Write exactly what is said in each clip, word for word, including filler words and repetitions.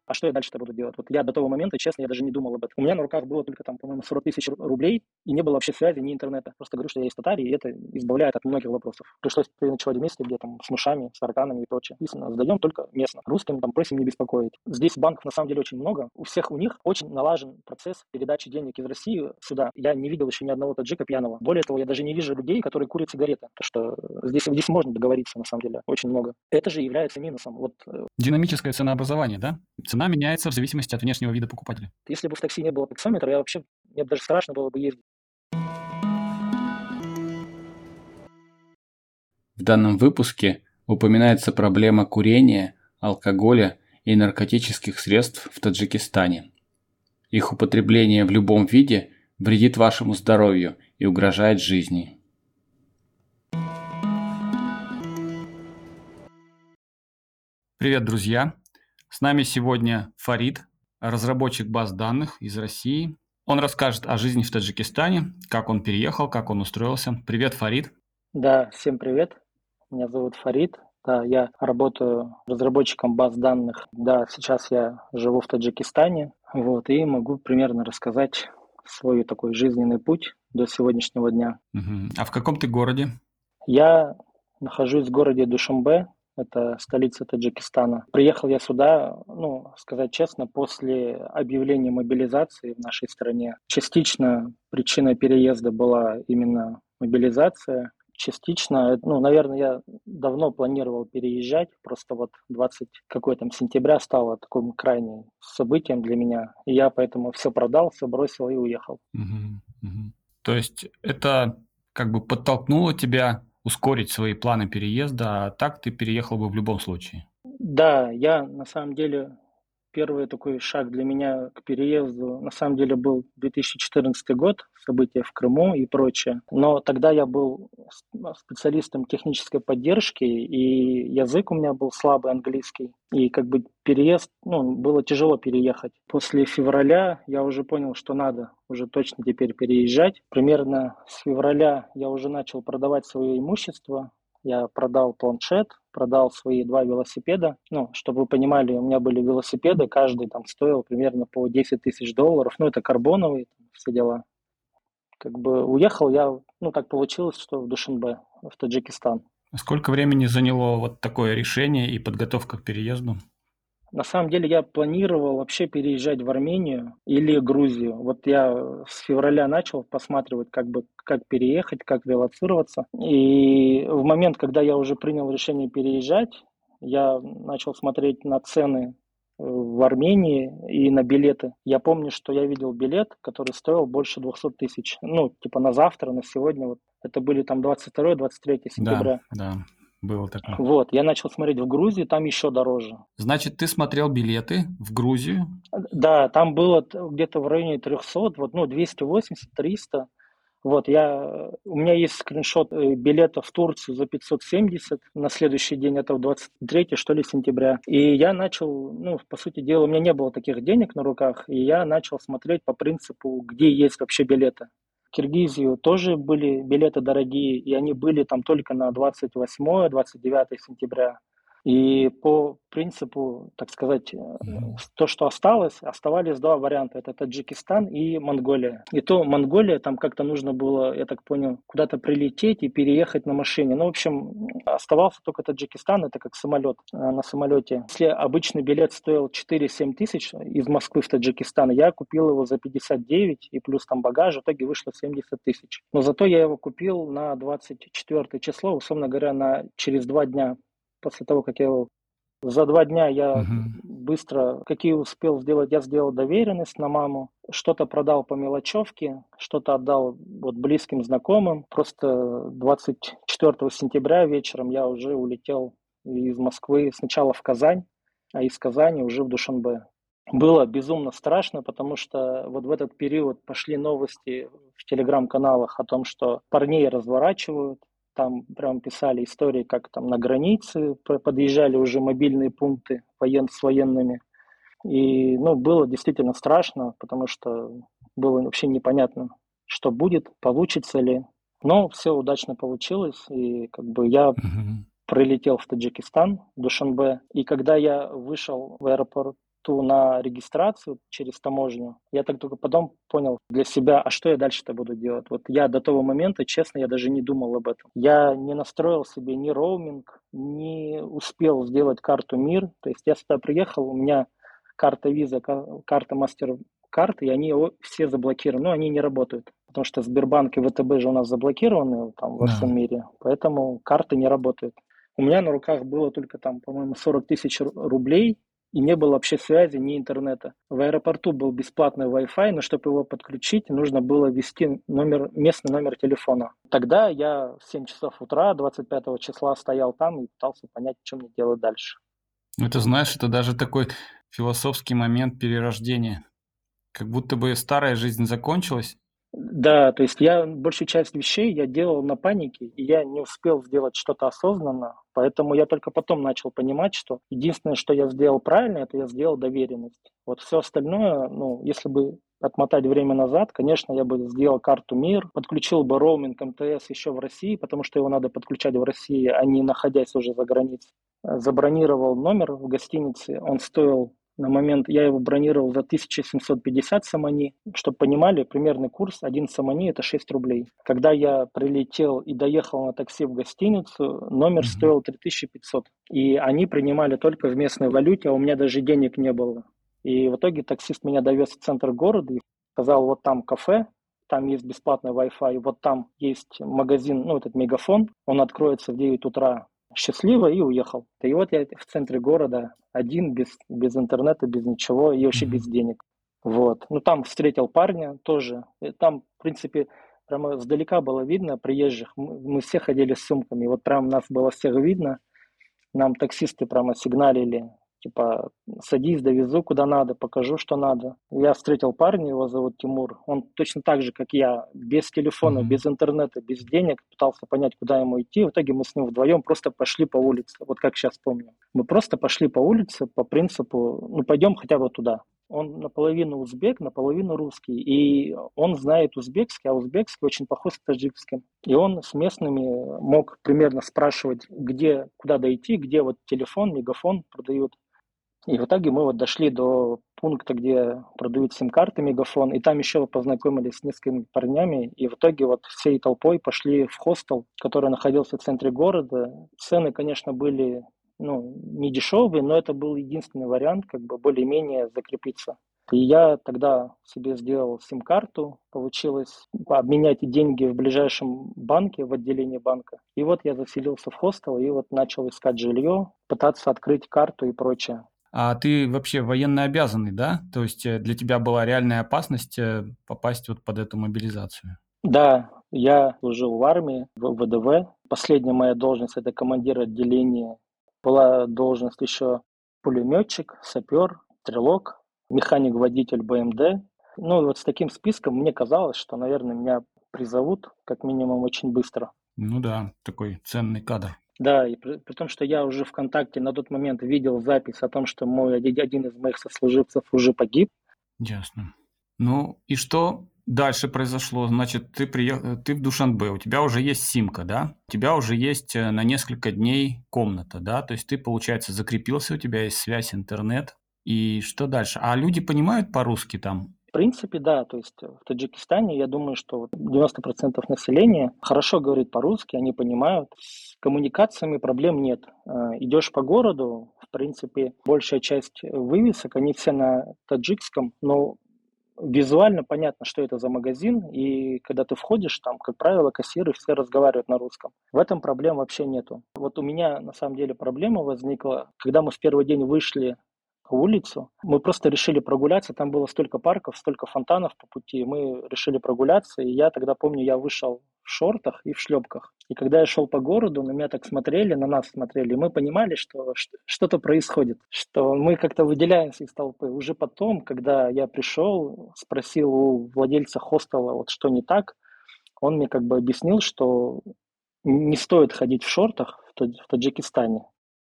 а что я дальше-то буду делать? Вот я до того момента, честно, я даже не думал об этом. У меня на руках было только там, по-моему, сорок тысяч рублей, и не было вообще связи, ни интернета. Просто говорю, что я из Татарии, и это избавляет от многих вопросов. Пришлось переночевать в месте, где там с мышами, с арканами и прочее. Естественно, сдаем только местно. Русским там просим не беспокоить. Здесь банков на самом деле очень много. У всех у них очень налажен процесс передачи денег из России сюда. Я не видел еще ни одного таджика пьяного. Более того, я даже не вижу людей, которые курят сигареты. То, что здесь, здесь можно договориться, на самом деле, очень много. Это же является минусом. Вот Динамическое ценообразование, да? Цена меняется в зависимости от внешнего вида покупателя. если бы в такси не было таксометра, я вообще, мне даже страшно было бы ездить. В данном выпуске упоминается проблема курения, алкоголя и наркотических средств в Таджикистане. Их употребление в любом виде вредит вашему здоровью и угрожает жизни. Привет, друзья! С нами сегодня Фарид, разработчик баз данных из России. Он расскажет о жизни в Таджикистане, как он переехал, как он устроился. Привет, Фарид! Да, всем привет. Меня зовут Фарид. Да, я работаю разработчиком баз данных. Да, сейчас я живу в Таджикистане. Вот, и могу примерно рассказать свой такой жизненный путь до сегодняшнего дня. Мгм. А в каком ты городе? Я нахожусь в городе Душанбе, это столица Таджикистана. Приехал я сюда, ну, сказать честно, после объявления мобилизации в нашей стране. Частично причиной переезда была именно мобилизация. Частично, ну, наверное, я давно планировал переезжать, просто вот двадцать какой там сентября стало таким крайним событием для меня. И я поэтому все продал, все бросил и уехал. Мгм. Мгм. То есть это как бы подтолкнуло тебя ускорить свои планы переезда, а так ты переехал бы в любом случае? Да, я на самом деле первый такой шаг для меня к переезду на самом деле был две тысячи четырнадцатый год, события в Крыму и прочее. Но тогда я был с- ну, специалистом технической поддержки, и язык у меня был слабый английский. И как бы переезд, ну, было тяжело переехать. После февраля я уже понял, что надо уже точно теперь переезжать. Примерно с февраля я уже начал продавать свое имущество. Я продал планшет, продал свои два велосипеда. Ну, чтобы вы понимали, у меня были велосипеды, каждый там стоил примерно по десять тысяч долларов. Ну, это карбоновые, все дела. Как бы уехал я, ну, так получилось, что в Душанбе, в Таджикистан. Сколько времени заняло вот такое решение и подготовка к переезду? На самом деле я планировал вообще переезжать в Армению или Грузию. Вот я с февраля начал посматривать, как бы, как переехать, как релоцироваться. И в момент, когда я уже принял решение переезжать, я начал смотреть на цены э, в Армении и на билеты. Я помню, что я видел билет, который стоил больше двухсот тысяч. Ну, типа на завтра, на сегодня. Вот. Это были там двадцать второе двадцать третье Да, сентября. да, было такое. Вот, я начал смотреть в Грузии, там еще дороже. Значит, ты смотрел билеты в Грузию? Да, там было т- где-то в районе трехсот, вот, ну, двести восемьдесят, триста. Вот, я, у меня есть скриншот э, билета в Турцию за пятьсот семьдесят на следующий день, это в двадцать третье, что ли, сентября. И я начал, ну, по сути дела, у меня не было таких денег на руках, и я начал смотреть по принципу, где есть вообще билеты. В Киргизию тоже были билеты дорогие, и они были там только на двадцать восьмое двадцать девятое сентября. И по принципу, так сказать, э, Мгм. то, что осталось, оставались два варианта. Это Таджикистан и Монголия. И то Монголия, там как-то нужно было, я так понял, куда-то прилететь и переехать на машине. Ну, в общем, оставался только Таджикистан, это как самолет э, на самолете. Если обычный билет стоил четыре-семь тысяч из Москвы в Таджикистан, я купил его за пятьдесят девять, и плюс там багаж, в итоге вышло семьдесят тысяч. Но зато я его купил на двадцать четвёртое число, условно говоря, на, через два дня после того, как я его за два дня я Мгм. быстро, какие успел сделать, я сделал доверенность на маму, что-то продал по мелочевке, что-то отдал вот близким знакомым. Просто двадцать четвёртого сентября вечером я уже улетел из Москвы сначала в Казань, а из Казани уже в Душанбе. Было безумно страшно, потому что вот в этот период пошли новости в телеграм-каналах о том, что парней разворачивают. Там прям писали истории, как там на границе подъезжали уже мобильные пункты воен, с военными. И, ну, было действительно страшно, потому что было вообще непонятно, что будет, получится ли. Но все удачно получилось, и как бы я Мгм. прилетел в Таджикистан, в Душанбе. И когда я вышел в аэропорт карту на регистрацию через таможню. Я так только потом понял для себя, а что я дальше-то буду делать. Вот я до того момента, честно, я даже не думал об этом. Я не настроил себе ни роуминг, не успел сделать карту МИР. То есть я сюда приехал, у меня карта Visa, карта MasterCard, и они все заблокированы, но они не работают. Потому что Сбербанк и ВТБ же у нас заблокированы там во Да. всем мире, поэтому карты не работают. У меня на руках было только там, по-моему, сорок тысяч рублей, и не было вообще связи, ни интернета. В аэропорту был бесплатный Wi-Fi, но чтобы его подключить, нужно было ввести номер, местный номер телефона. Тогда я в семь часов утра двадцать пятого числа стоял там и пытался понять, что мне делать дальше. Это, знаешь, это даже такой философский момент перерождения. Как будто бы старая жизнь закончилась. Да, то есть я большую часть вещей я делал на панике, и я не успел сделать что-то осознанно, поэтому я только потом начал понимать, что единственное, что я сделал правильно, это я сделал доверенность. Вот все остальное, ну, если бы отмотать время назад, конечно, я бы сделал карту МИР, подключил бы роуминг МТС еще в России, потому что его надо подключать в России, а не находясь уже за границей. Забронировал номер в гостинице, он стоил на момент, я его бронировал за тысячу семьсот пятьдесят самани. Чтобы понимали, примерный курс, один самани это шесть рублей. Когда я прилетел и доехал на такси в гостиницу, номер Мгм. стоил три тысячи пятьсот. И они принимали только в местной валюте, а у меня даже денег не было. И в итоге таксист меня довез в центр города и сказал, вот там кафе, там есть бесплатный Wi-Fi, вот там есть магазин, ну этот Мегафон, он откроется в девять утра. Счастливо и уехал. И вот я в центре города один, без, без интернета, без ничего и вообще Мгм. без денег. Вот. Ну, там встретил парня тоже. И там, в принципе, прямо сдалека было видно приезжих. Мы, мы все ходили с сумками. Вот прям нас было всех видно. Нам таксисты прямо сигналили. Типа, садись, довезу куда надо, покажу, что надо. Я встретил парня, его зовут Тимур. Он точно так же, как я, без телефона, Мгм. без интернета, без денег, пытался понять, куда ему идти. В итоге мы с ним вдвоем просто пошли по улице. Вот как сейчас помню. Мы просто пошли по улице по принципу, ну, пойдем хотя бы туда. Он наполовину узбек, наполовину русский. И он знает узбекский, а узбекский очень похож с таджикским. И он с местными мог примерно спрашивать, где, куда дойти, где вот телефон, мегафон продают. И в итоге мы вот дошли до пункта, где продают сим-карты Мегафон, и там еще познакомились с несколькими парнями, и в итоге вот всей толпой пошли в хостел, который находился в центре города. Цены, конечно, были ну, не дешевые, но это был единственный вариант, как бы более-менее закрепиться. И я тогда себе сделал сим-карту, получилось обменять деньги в ближайшем банке, в отделении банка. И вот я заселился в хостел и вот начал искать жилье, пытаться открыть карту и прочее. А ты вообще военно обязанный, да? То есть э, для тебя была реальная опасность э, попасть вот под эту мобилизацию? Да, я служил в армии, в ВДВ. Последняя моя должность – это командир отделения. Была должность еще пулеметчик, сапер, стрелок, механик-водитель БМД. Ну, и вот с таким списком мне казалось, что, наверное, меня призовут как минимум очень быстро. Ну да, такой ценный кадр. Да, и при, при том, что я уже ВКонтакте на тот момент видел запись о том, что мой один из моих сослуживцев уже погиб. Ясно. Ну и что дальше произошло? Значит, ты приехал, ты в Душанбе, у тебя уже есть симка, да? У тебя уже есть э, на несколько дней комната, да? То есть ты, получается, закрепился, у тебя есть связь, интернет. И что дальше? А люди понимают по-русски там? В принципе, да, то есть в Таджикистане, я думаю, что вот девяносто процентов населения хорошо говорит по-русски, они понимают. С коммуникациями проблем нет. Э, Идешь по городу, в принципе, большая часть вывесок, они все на таджикском, но визуально понятно, что это за магазин, и когда ты входишь, там, как правило, кассиры все разговаривают на русском. В этом проблем вообще нету. Вот у меня, на самом деле, проблема возникла, когда мы в первый день вышли улицу. Мы просто решили прогуляться, там было столько парков, столько фонтанов по пути, мы решили прогуляться, и я тогда помню, я вышел в шортах и в шлепках. И когда я шел по городу, на меня так смотрели, на нас смотрели, и мы понимали, что что-то происходит, что мы как-то выделяемся из толпы. Уже потом, когда я пришел, спросил у владельца хостела, вот что не так, он мне как бы объяснил, что не стоит ходить в шортах в Тадж- в Таджикистане.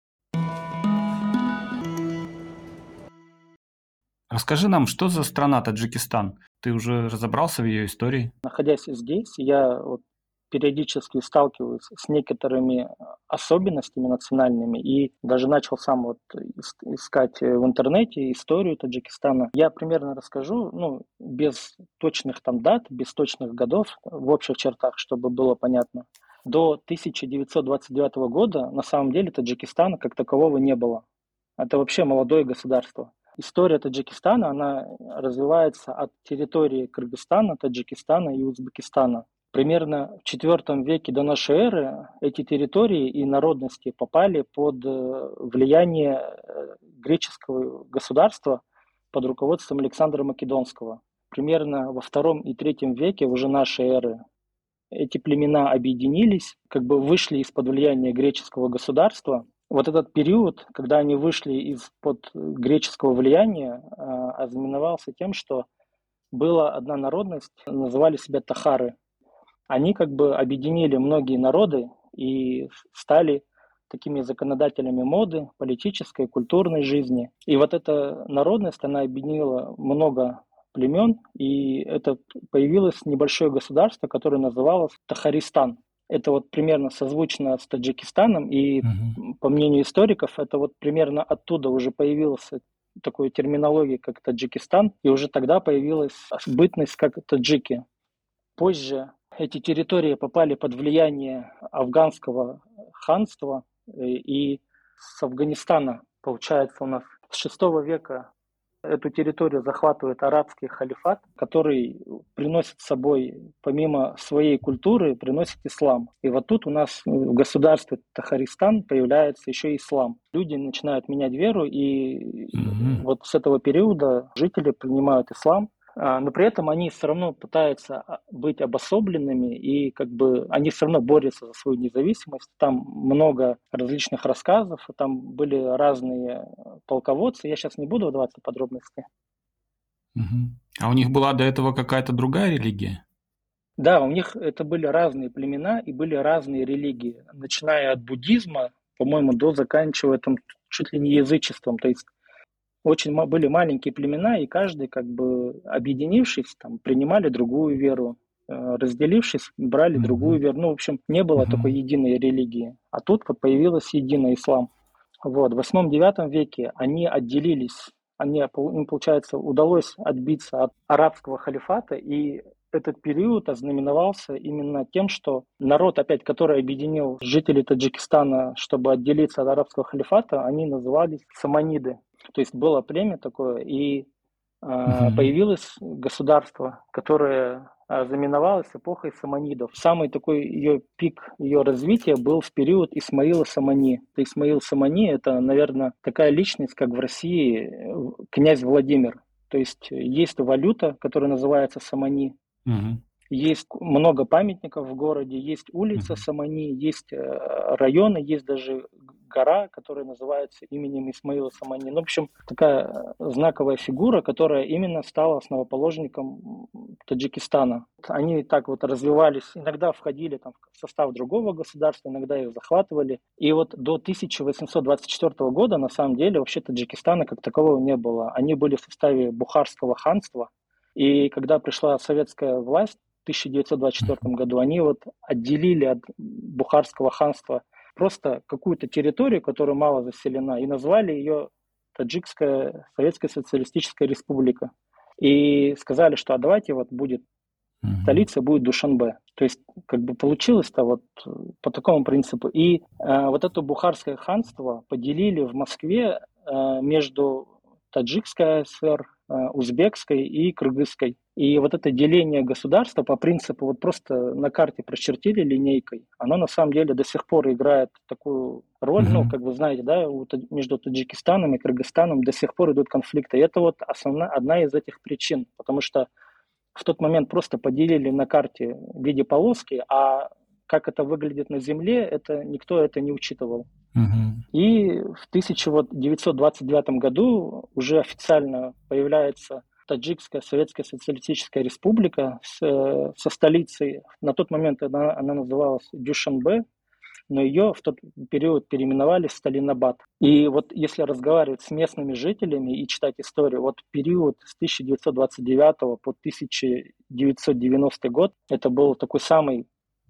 Расскажи нам, что за страна Таджикистан? Ты уже разобрался в ее истории? Находясь здесь, я вот периодически сталкиваюсь с некоторыми особенностями национальными и даже начал сам вот искать в интернете историю Таджикистана. Я примерно расскажу, ну, без точных там дат, без точных годов, в общих чертах, чтобы было понятно. До тысяча девятьсот двадцать девятого года на самом деле Таджикистана как такового не было. Это вообще молодое государство. История Таджикистана, она развивается от территории Кыргызстана, Таджикистана и Узбекистана. Примерно в четвёртом веке до нашей эры эти территории и народности попали под влияние греческого государства под руководством Александра Македонского. Примерно во втором и третьем веке уже нашей эры эти племена объединились, как бы вышли из-под влияния греческого государства. Вот этот период, когда они вышли из-под греческого влияния, ознаменовался тем, что была одна народность, называли себя тахары. Они как бы объединили многие народы и стали такими законодателями моды, политической, культурной жизни. И вот эта народность, она объединила много племен, и это появилось небольшое государство, которое называлось Тахаристан. Это вот примерно созвучно с Таджикистаном, и угу. по мнению историков, это вот примерно оттуда уже появилась такая терминология, как Таджикистан, и уже тогда появилась бытность как таджики. Позже эти территории попали под влияние афганского ханства, и с Афганистана, получается, у нас с шестого века эту территорию захватывает арабский халифат, который приносит с собой, помимо своей культуры, приносит ислам. И вот тут у нас в государстве Тахаристан появляется еще и ислам. Люди начинают менять веру, и mm-hmm. вот с этого периода жители принимают ислам. Но при этом они все равно пытаются быть обособленными, и как бы они все равно борются за свою независимость. Там много различных рассказов, там были разные полководцы. Я сейчас не буду вдаваться в подробности. Угу. А у них была до этого какая-то другая религия? Да, у них это были разные племена и были разные религии, начиная от буддизма, по-моему, до заканчивая там чуть ли не язычеством. То есть очень были маленькие племена, и каждый, как бы объединившись, там, принимали другую веру, разделившись, брали mm-hmm. другую веру. Ну, в общем, не было mm-hmm. такой единой религии. А тут вот появилась единый ислам. Вот. В восьмом-девятом веке они отделились, они, им, получается, удалось отбиться от арабского халифата, и этот период ознаменовался именно тем, что народ, опять, который объединил жителей Таджикистана, чтобы отделиться от арабского халифата, они назывались саманиды. То есть было племя такое, и э, mm-hmm. появилось государство, которое знаменовалось эпохой саманидов. Самый такой ее пик, ее развития был в период Исмаила Самани. Исмаил Самани – это, наверное, такая личность, как в России князь Владимир. То есть есть валюта, которая называется Самани. Mm-hmm. Есть много памятников в городе, есть улица mm-hmm. Самани, есть районы, есть даже гора, которая называется именем Исмаила Самани. Ну, в общем, такая знаковая фигура, которая именно стала основоположником Таджикистана. Они так вот развивались, иногда входили там в состав другого государства, иногда их захватывали. И вот до тысяча восемьсот двадцать четвёртого года на самом деле вообще Таджикистана как такового не было. Они были в составе Бухарского ханства. И когда пришла советская власть в тысяча девятьсот двадцать четвёртом году, они вот отделили от Бухарского ханства просто какую-то территорию, которая мало заселена, и назвали ее Таджикская Советская Социалистическая Республика. И сказали, что а давайте вот будет столица, будет Душанбе. То есть как бы получилось-то вот по такому принципу. И э, вот это Бухарское ханство поделили в Москве э, между Таджикской ССР, Узбекской и Кыргызской. И вот это деление государства по принципу вот просто на карте прочертили линейкой, оно на самом деле до сих пор играет такую роль, mm-hmm. ну, как вы знаете, да, между Таджикистаном и Кыргызстаном до сих пор идут конфликты. И это вот основная, одна из этих причин, потому что в тот момент просто поделили на карте в виде полоски, а как это выглядит на земле, это никто это не учитывал. Uh-huh. И в тысяча девятьсот двадцать девятом году уже официально появляется Таджикская Советская Социалистическая Республика с, со столицей. На тот момент она, она называлась Дюшанбе, но ее в тот период переименовали в Сталинабад. И вот если разговаривать с местными жителями и читать историю, вот период с тысяча девятьсот двадцать девятого по тысяча девятьсот девяностый год, это был такой самый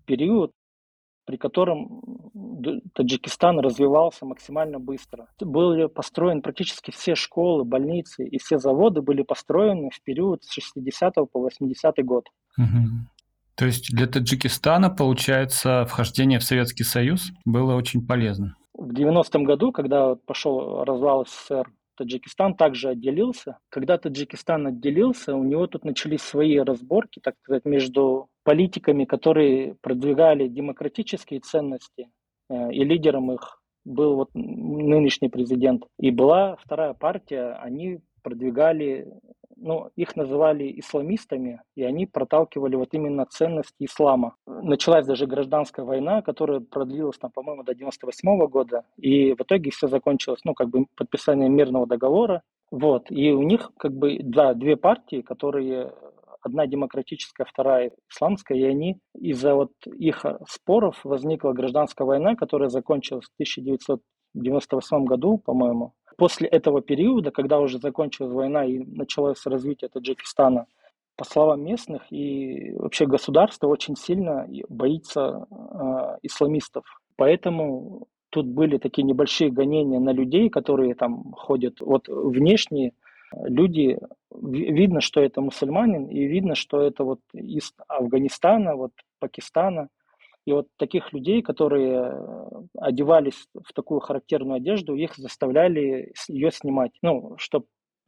период, при котором Таджикистан развивался максимально быстро. Были построены практически все школы, больницы и все заводы были построены в период с шестидесятого по восьмидесятый год. Мгм. То есть для Таджикистана, получается, вхождение в Советский Союз было очень полезно. В девяностом году, когда пошел развал СССР, Таджикистан также отделился. Когда Таджикистан отделился, у него тут начались свои разборки, так сказать, между политиками, которые продвигали демократические ценности, э, и лидером их был вот нынешний президент. И была вторая партия, они продвигали, ну, их называли исламистами, и они проталкивали вот именно ценности ислама. Началась даже гражданская война, которая продлилась, там, по-моему, до девяносто восьмого года, и в итоге все закончилось, ну, как бы подписанием мирного договора. Вот, и у них, как бы, да, две партии, которые, одна демократическая, вторая исламская, и они из-за вот их споров возникла гражданская война, которая закончилась в тысяча девятьсот девяносто восьмом году, по-моему. После этого периода, когда уже закончилась война и началось развитие Таджикистана, по словам местных и вообще государство очень сильно боится э, исламистов. Поэтому тут были такие небольшие гонения на людей, которые там ходят. Вот внешне люди, видно, что это мусульманин, и видно, что это вот из Афганистана, вот Пакистана. И вот таких людей, которые одевались в такую характерную одежду, их заставляли ее снимать. Ну, чтобы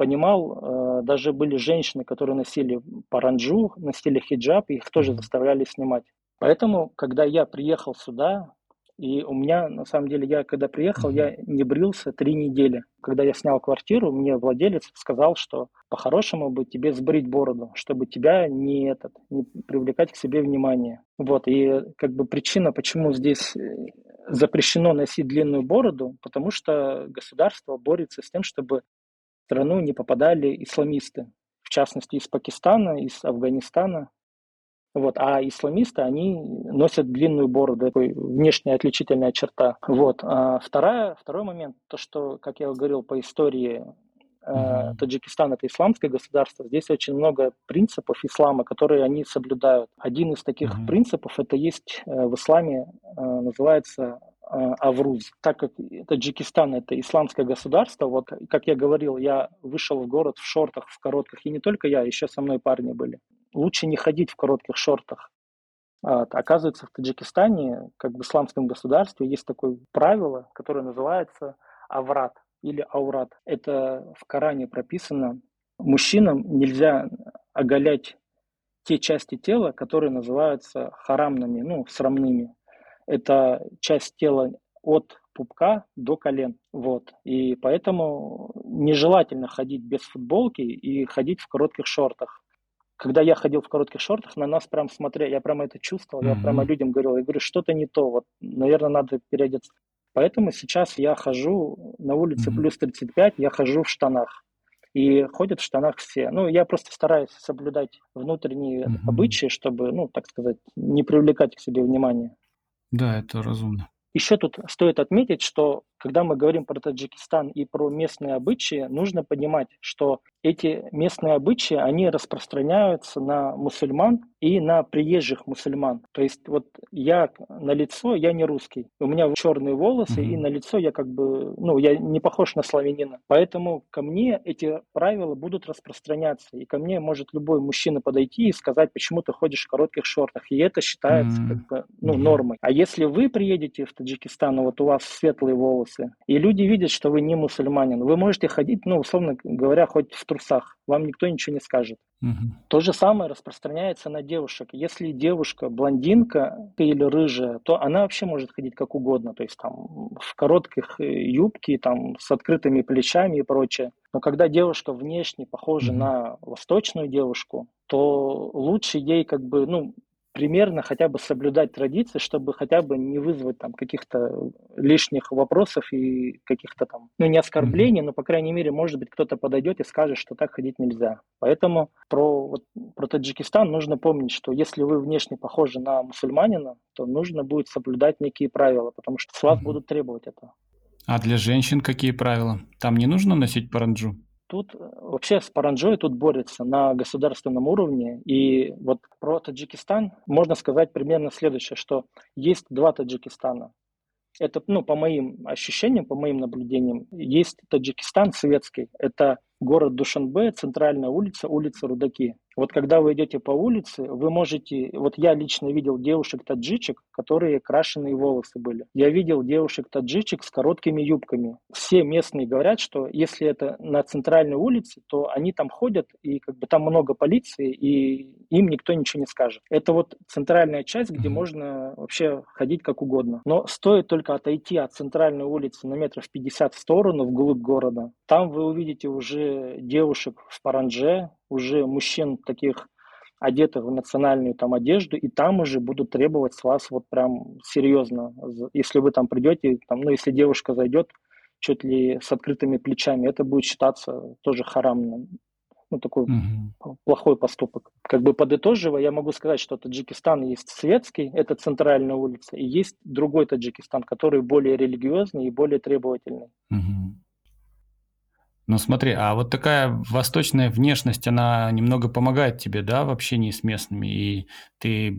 понимал, даже были женщины, которые носили паранджу, носили хиджаб, их тоже заставляли снимать. Поэтому, когда я приехал сюда, и у меня, на самом деле, я когда приехал, я не брился три недели. Когда я снял квартиру, мне владелец сказал, что по-хорошему бы тебе сбрить бороду, чтобы тебя не, этот, не привлекать к себе внимание. Вот, и как бы причина, почему здесь запрещено носить длинную бороду, потому что государство борется с тем, чтобы в страну не попадали исламисты, в частности, из Пакистана, из Афганистана. Вот, а исламисты, они носят длинную бороду, такой внешняя отличительная черта. Вот. А вторая, второй момент, то, что, как я говорил, по истории э, Таджикистан — это исламское государство, здесь очень много принципов ислама, которые они соблюдают. Один из таких mm-hmm. принципов, это есть э, в исламе, э, называется э, авруз. Так как Таджикистан — это исламское государство, вот, как я говорил, я вышел в город в шортах, в коротких, и не только я, еще со мной парни были. Лучше не ходить в коротких шортах. Вот. Оказывается, в Таджикистане, как в исламском государстве, есть такое правило, которое называется аврат или аурат. Это в Коране прописано. Мужчинам нельзя оголять те части тела, которые называются харамными, ну, срамными. Это часть тела от пупка до колен. Вот. И поэтому нежелательно ходить без футболки и ходить в коротких шортах. Когда я ходил в коротких шортах, на нас прям смотрели, я прямо это чувствовал, mm-hmm. я прямо людям говорил, я говорю, что-то не то, вот, наверное, надо переодеться. Поэтому сейчас я хожу на улице mm-hmm. плюс тридцать пять, я хожу в штанах. И ходят в штанах все. Ну, я просто стараюсь соблюдать внутренние mm-hmm. обычаи, чтобы, ну, так сказать, не привлекать к себе внимания. Да, это разумно. Еще тут стоит отметить, что когда мы говорим про Таджикистан и про местные обычаи, нужно понимать, что эти местные обычаи, они распространяются на мусульман и на приезжих мусульман. То есть вот я на лицо, я не русский, у меня черные волосы, mm-hmm. и на лицо я как бы, ну, я не похож на славянина. Поэтому ко мне эти правила будут распространяться, и ко мне может любой мужчина подойти и сказать, почему ты ходишь в коротких шортах, и это считается mm-hmm. как бы, ну, нормой. А если вы приедете в Таджикистан, вот у вас светлые волосы, и люди видят, что вы не мусульманин, вы можете ходить, ну, условно говоря, хоть в трусах, вам никто ничего не скажет. Угу. То же самое распространяется на девушек. Если девушка блондинка или рыжая, то она вообще может ходить как угодно, то есть там в коротких юбке, там с открытыми плечами и прочее. Но когда девушка внешне похожа угу. на восточную девушку, то лучше ей как бы, ну, примерно хотя бы соблюдать традиции, чтобы хотя бы не вызвать там каких-то лишних вопросов и каких-то там, ну, не оскорблений, но, по крайней мере, может быть, кто-то подойдет и скажет, что так ходить нельзя. Поэтому про, вот, про Таджикистан нужно помнить, что если вы внешне похожи на мусульманина, то нужно будет соблюдать некие правила, потому что с вас будут требовать этого. А для женщин какие правила? Там не нужно носить паранджу? Тут э, вообще с паранджой тут борются на государственном уровне. И вот про Таджикистан можно сказать примерно следующее, что есть два Таджикистана. Это, ну, по моим ощущениям, по моим наблюдениям, есть Таджикистан светский. Это город Душанбе, центральная улица, улица Рудаки. Вот когда вы идете по улице, вы можете... Вот я лично видел девушек-таджичек, которые крашеные волосы были. Я видел девушек-таджичек с короткими юбками. Все местные говорят, что если это на центральной улице, то они там ходят, и как бы там много полиции, и им никто ничего не скажет. Это вот центральная часть, где Мгм. можно вообще ходить как угодно. Но стоит только отойти от центральной улицы на метров пятьдесят в сторону, вглубь города. Там вы увидите уже девушек в парандже, уже мужчин таких одетых в национальную там одежду, и там уже будут требовать с вас вот прям серьезно. За- Если вы там придете, там, ну если девушка зайдет чуть ли с открытыми плечами, это будет считаться тоже харамным. Ну, такой Мгм. плохой поступок. Как бы подытоживая, я могу сказать, что Таджикистан есть светский, это центральная улица, и есть другой Таджикистан, который более религиозный и более требовательный. Мгм. Ну смотри, а вот такая восточная внешность, она немного помогает тебе, да, в общении с местными, и ты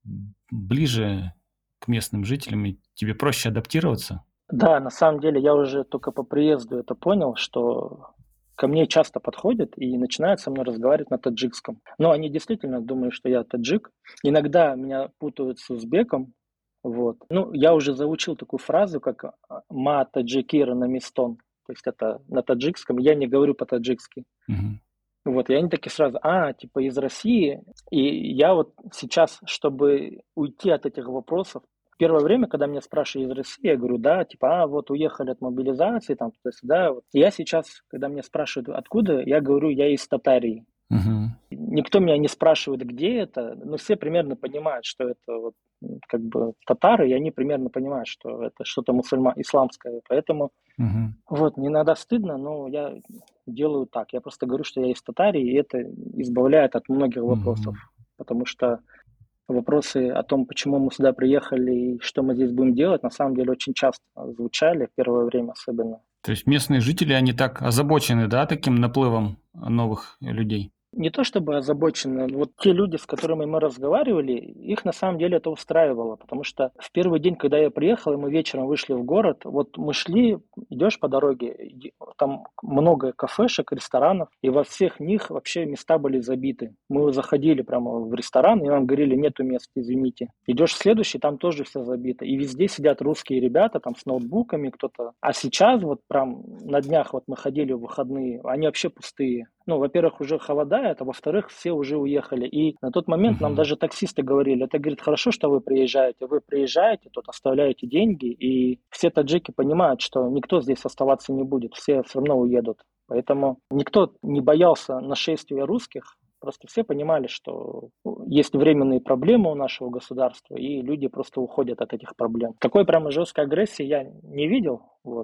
ближе к местным жителям, и тебе проще адаптироваться? Да, на самом деле я уже только по приезду это понял, что ко мне часто подходят и начинают со мной разговаривать на таджикском. Но они действительно думают, что я таджик. Иногда меня путают с узбеком. Вот. Ну, я уже заучил такую фразу, как а, «ма таджикира на мистон». То есть это на таджикском. Я не говорю по-таджикски. Мгм. Вот, и они такие сразу, а, типа из России. И я вот сейчас, чтобы уйти от этих вопросов, первое время, когда меня спрашивают из России, я говорю, да, типа, а, вот уехали от мобилизации, там, туда-сюда. Вот. И я сейчас, когда меня спрашивают, откуда, я говорю, я из Татарии. Мгм. Никто меня не спрашивает, где это, но все примерно понимают, что это вот м, как бы татары, и они примерно понимают, что это что-то мусульма, исламское. Поэтому Мгм. вот, не надо стыдно, но я делаю так. Я просто говорю, что я из Татарии, и это избавляет от многих вопросов. Мгм. Потому что вопросы о том, почему мы сюда приехали и что мы здесь будем делать, на самом деле очень часто звучали, в первое время особенно. То есть местные жители, они так озабочены, да, таким наплывом новых людей? Не то чтобы озабочены, вот те люди, с которыми мы разговаривали, их на самом деле это устраивало, потому что в первый день, когда я приехал, и мы вечером вышли в город, вот мы шли, идешь по дороге, иди- там много кафешек, ресторанов, и во всех них вообще места были забиты. Мы заходили прямо в ресторан, и нам говорили, нету мест, извините. Идешь в следующий, там тоже все забито, и везде сидят русские ребята, там с ноутбуками кто-то. А сейчас вот прям на днях вот мы ходили в выходные, они вообще пустые. Ну, во-первых, уже холодает, а во-вторых, все уже уехали. И на тот момент нам Мгм. даже таксисты говорили, это, говорит, хорошо, что вы приезжаете. Вы приезжаете, тут оставляете деньги, и все таджики понимают, что никто здесь оставаться не будет, все все равно уедут. Поэтому никто не боялся нашествия русских, просто все понимали, что есть временные проблемы у нашего государства, и люди просто уходят от этих проблем. Такой прямо жесткой агрессии я не видел, вот.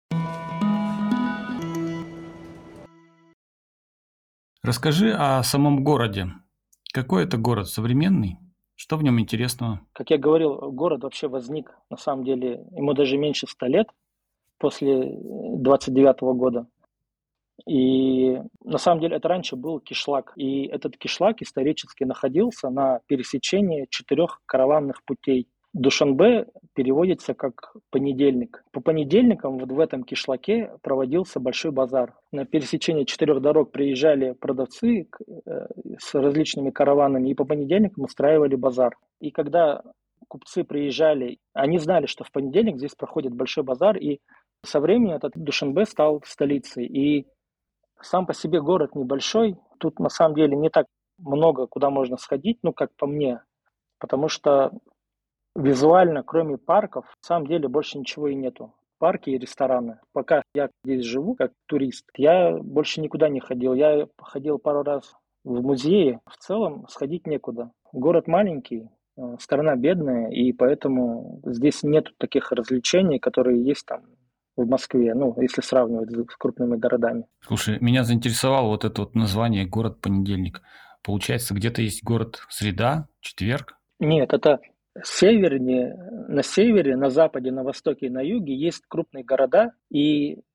Расскажи о самом городе. Какой это город? Современный? Что в нем интересного? Как я говорил, город вообще возник, на самом деле, ему даже меньше ста лет, после двадцать девятого года. И на самом деле это раньше был кишлак. И этот кишлак исторически находился на пересечении четырех караванных путей. Душанбе переводится как понедельник. По понедельникам вот в этом кишлаке проводился большой базар. На пересечении четырех дорог приезжали продавцы э, с различными караванами и по понедельникам устраивали базар. И когда купцы приезжали, они знали, что в понедельник здесь проходит большой базар, и со временем этот Душанбе стал столицей. И сам по себе город небольшой, тут на самом деле не так много, куда можно сходить, ну, как по мне, потому что визуально, кроме парков, на самом деле больше ничего и нету. Парки и рестораны. Пока я здесь живу, как турист, я больше никуда не ходил. Я ходил пару раз в музеи. В целом сходить некуда. Город маленький, э, страна бедная, и поэтому здесь нет таких развлечений, которые есть там в Москве, ну, если сравнивать с крупными городами. Слушай, меня заинтересовало вот это вот название «Город-понедельник». Получается, где-то есть город среда, четверг? Нет, это севернее, на севере, на западе, на востоке и на юге есть крупные города, и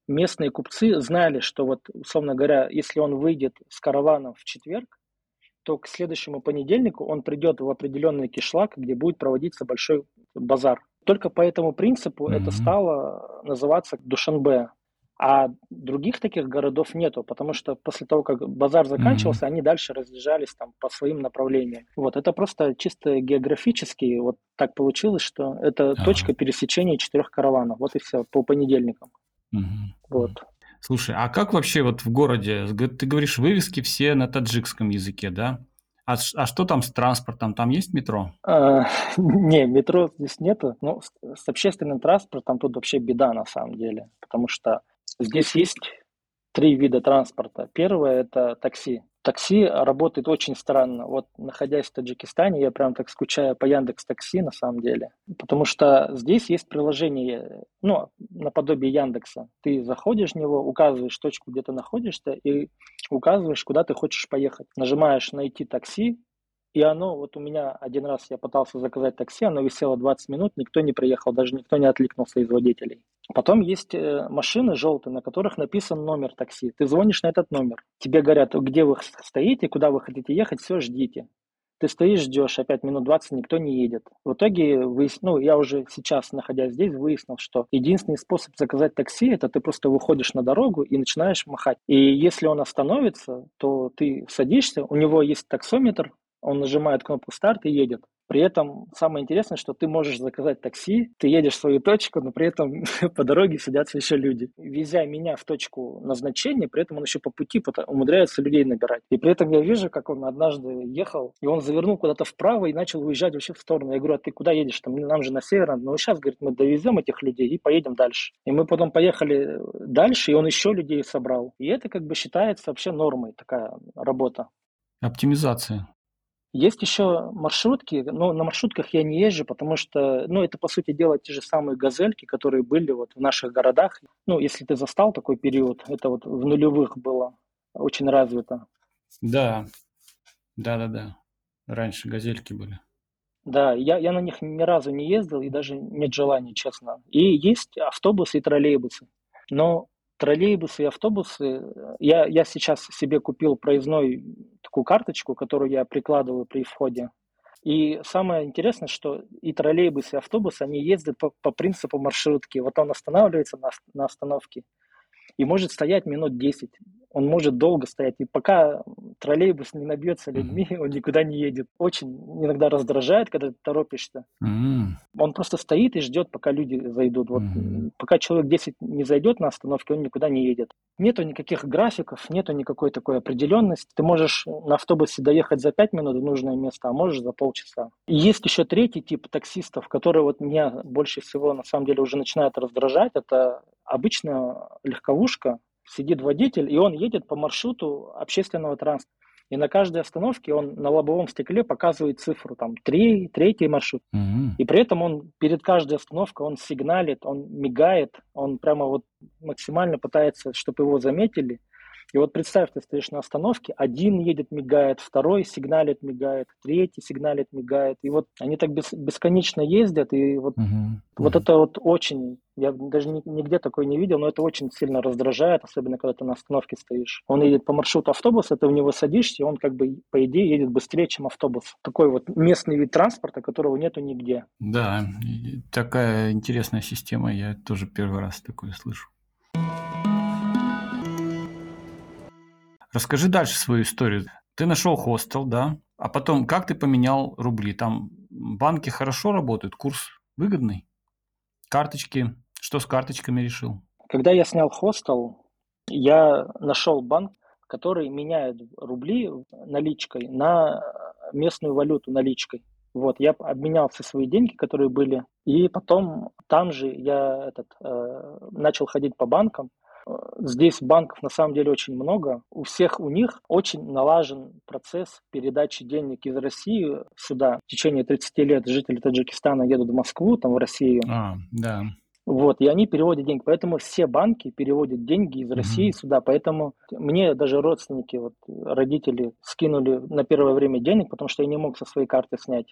местные купцы знали, что вот, условно говоря, если он выйдет с караваном в четверг, то к следующему понедельнику он придет в определенный кишлак, где будет проводиться большой базар. Только по этому принципу это Мгм. стало называться Душанбе. А других таких городов нету, потому что после того, как базар Мгм. заканчивался, они дальше разъезжались там по своим направлениям. Вот, это просто чисто географически вот так получилось, что это Ага. точка пересечения четырех караванов. Вот и все, по понедельникам. Мгм. Вот. Мгм. Слушай, а как вообще вот в городе, г- ты говоришь, вывески все на таджикском языке, да? А, ш- а что там с транспортом? Там есть метро? А, Не, метро здесь нету. Ну, с, с общественным транспортом тут вообще беда на самом деле, потому что здесь есть три вида транспорта. Первое – это такси. Такси работает очень странно. Вот находясь в Таджикистане, я прям так скучаю по Яндекс Такси на самом деле, потому что здесь есть приложение, ну, наподобие Яндекса. Ты заходишь в него, указываешь точку, где ты находишься, и указываешь, куда ты хочешь поехать. Нажимаешь «Найти такси», и оно, вот у меня один раз я пытался заказать такси, оно висело двадцать минут, никто не приехал, даже никто не откликнулся из водителей. Потом есть э, машины желтые, на которых написан номер такси. Ты звонишь на этот номер. Тебе говорят, где вы стоите, куда вы хотите ехать, все, ждите. Ты стоишь, ждешь, опять минут двадцать никто не едет. В итоге, выяс... ну, я уже сейчас, находясь здесь, выяснил, что единственный способ заказать такси, это ты просто выходишь на дорогу и начинаешь махать. И если он остановится, то ты садишься, у него есть таксометр, он нажимает кнопку «Старт» и едет. При этом самое интересное, что ты можешь заказать такси, ты едешь в свою точку, но при этом по дороге сидятся еще люди. Везя меня в точку назначения, при этом он еще по пути умудряется людей набирать. И при этом я вижу, как он однажды ехал, и он завернул куда-то вправо и начал уезжать вообще в сторону. Я говорю, а ты куда едешь? Там, нам же на север надо. Ну, сейчас, говорит, мы довезем этих людей и поедем дальше. И мы потом поехали дальше, и он еще людей собрал. И это как бы считается вообще нормой, такая работа. Оптимизация. Есть еще маршрутки, но на маршрутках я не езжу, потому что, ну, это, по сути дела, те же самые газельки, которые были вот в наших городах. Ну, если ты застал такой период, это вот в нулевых было очень развито. Да, да-да-да. Раньше газельки были. Да, я, я на них ни разу не ездил и даже нет желания, честно. И есть автобусы и троллейбусы. Но троллейбусы и автобусы, э, я, я сейчас себе купил проездной такую карточку, которую я прикладываю при входе. И самое интересное, что и троллейбусы, и автобусы, они ездят по, по принципу маршрутки. Вот он останавливается на, на остановке и может стоять минут десять. Он может долго стоять. И пока троллейбус не набьется людьми, он никуда не едет. Очень иногда раздражает, когда ты торопишься. М, Он просто стоит и ждет, пока люди зайдут. Вот мгм. пока человек десять не зайдет на остановке, он никуда не едет. Нету никаких графиков, нету никакой такой определенности. Ты можешь на автобусе доехать за пять минут в нужное место, а можешь за полчаса. И есть еще третий тип таксистов, которые вот меня больше всего на самом деле уже начинают раздражать. Это обычная легковушка, сидит водитель, и он едет по маршруту общественного транспорта. И на каждой остановке он на лобовом стекле показывает цифру, там, три, третий маршрут. М. И при этом он перед каждой остановкой, он сигналит, он мигает, он прямо вот максимально пытается, чтобы его заметили. И вот представь, ты стоишь на остановке, один едет, мигает, второй сигналит, мигает, третий сигналит, мигает. И вот они так бес, бесконечно ездят, и вот, Мгм. вот Мгм. это вот очень, я даже ни- нигде такой не видел, но это очень сильно раздражает, особенно когда ты на остановке стоишь. Он едет по маршруту автобуса, ты в него садишься, и он как бы, по идее, едет быстрее, чем автобус. Такой вот местный вид транспорта, которого нету нигде. Да, и такая интересная система. Я тоже первый раз такое слышу. Расскажи дальше свою историю. Ты нашел хостел, да? А потом, как ты поменял рубли? Там банки хорошо работают, курс выгодный? Карточки? Что с карточками решил? Когда я снял хостел, я нашел банк, который меняет рубли наличкой на местную валюту наличкой. Вот, я обменял все свои деньги, которые были, и потом там же я этот, э, начал ходить по банкам. Э, Здесь банков на самом деле очень много. У всех у них очень налажен процесс передачи денег из России сюда. В течение тридцати лет жители Таджикистана едут в Москву, там в Россию, А, да. вот, и они переводят деньги. Поэтому все банки переводят деньги из России Мгм. сюда. Поэтому мне даже родственники, вот, родители скинули на первое время денег, потому что я не мог со своей карты снять.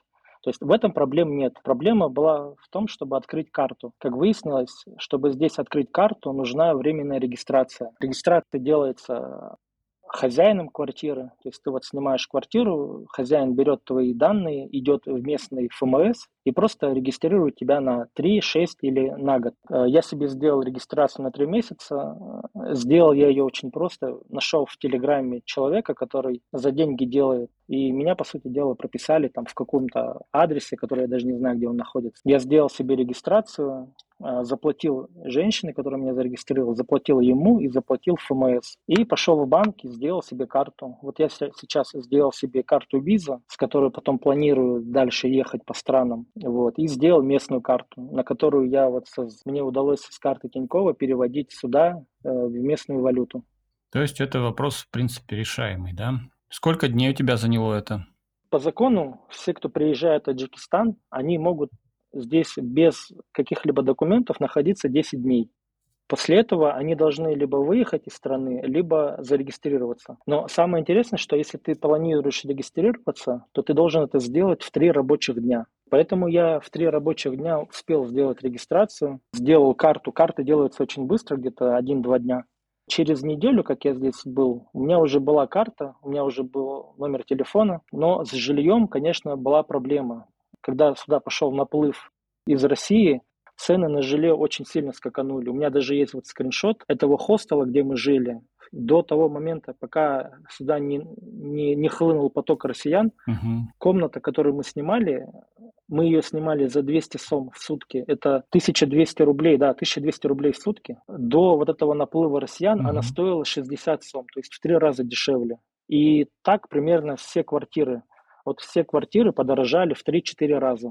То есть в этом проблем нет. Проблема была в том, чтобы открыть карту. Как выяснилось, чтобы здесь открыть карту, нужна временная регистрация. Регистрация делается хозяином квартиры, то есть ты вот снимаешь квартиру, хозяин берет твои данные, идет в местный эф эм эс и просто регистрирует тебя на три, шесть или на год. Э, Я себе сделал регистрацию на три месяца, Э, сделал я ее очень просто, нашел в Телеграме человека, который за деньги делает, и меня, по сути дела, прописали там в каком-то адресе, который я даже не знаю, где он находится. Я сделал себе регистрацию, э, заплатил женщине, которая меня зарегистрировала, заплатил ему и заплатил эф эм эс. И пошел в банк и сделал себе карту. Вот я се- сейчас сделал себе карту Visa, с которой потом планирую дальше ехать по странам. Вот, и сделал местную карту, на которую я вот со- мне удалось с карты Тинькова переводить сюда э, в местную валюту. То есть это вопрос, в принципе, решаемый, да? Сколько дней у тебя заняло это? По закону все, кто приезжает в Таджикистан, они могут здесь без каких-либо документов находиться десять дней. После этого они должны либо выехать из страны, либо зарегистрироваться. Но самое интересное, что если ты планируешь регистрироваться, то ты должен это сделать в три рабочих дня. Поэтому я в три рабочих дня успел сделать регистрацию, сделал карту. Карты делаются очень быстро, где-то один-два дня. Через неделю, как я здесь был, у меня уже была карта, у меня уже был номер телефона, но с жильем, конечно, была проблема. Когда сюда пошел наплыв из России, цены на жилье очень сильно скаканули. У меня даже есть вот скриншот этого хостела, где мы жили. До того момента, пока сюда не, не, не хлынул поток россиян, Мгм. комната, которую мы снимали, мы ее снимали за двести сом в сутки. Это тысяча двести рублей, да, тысяча двести рублей в сутки. До вот этого наплыва россиян она Мгм. стоила шестьдесят сом, то есть в три раза дешевле. И так примерно все квартиры. Вот все квартиры подорожали в три-четыре раза.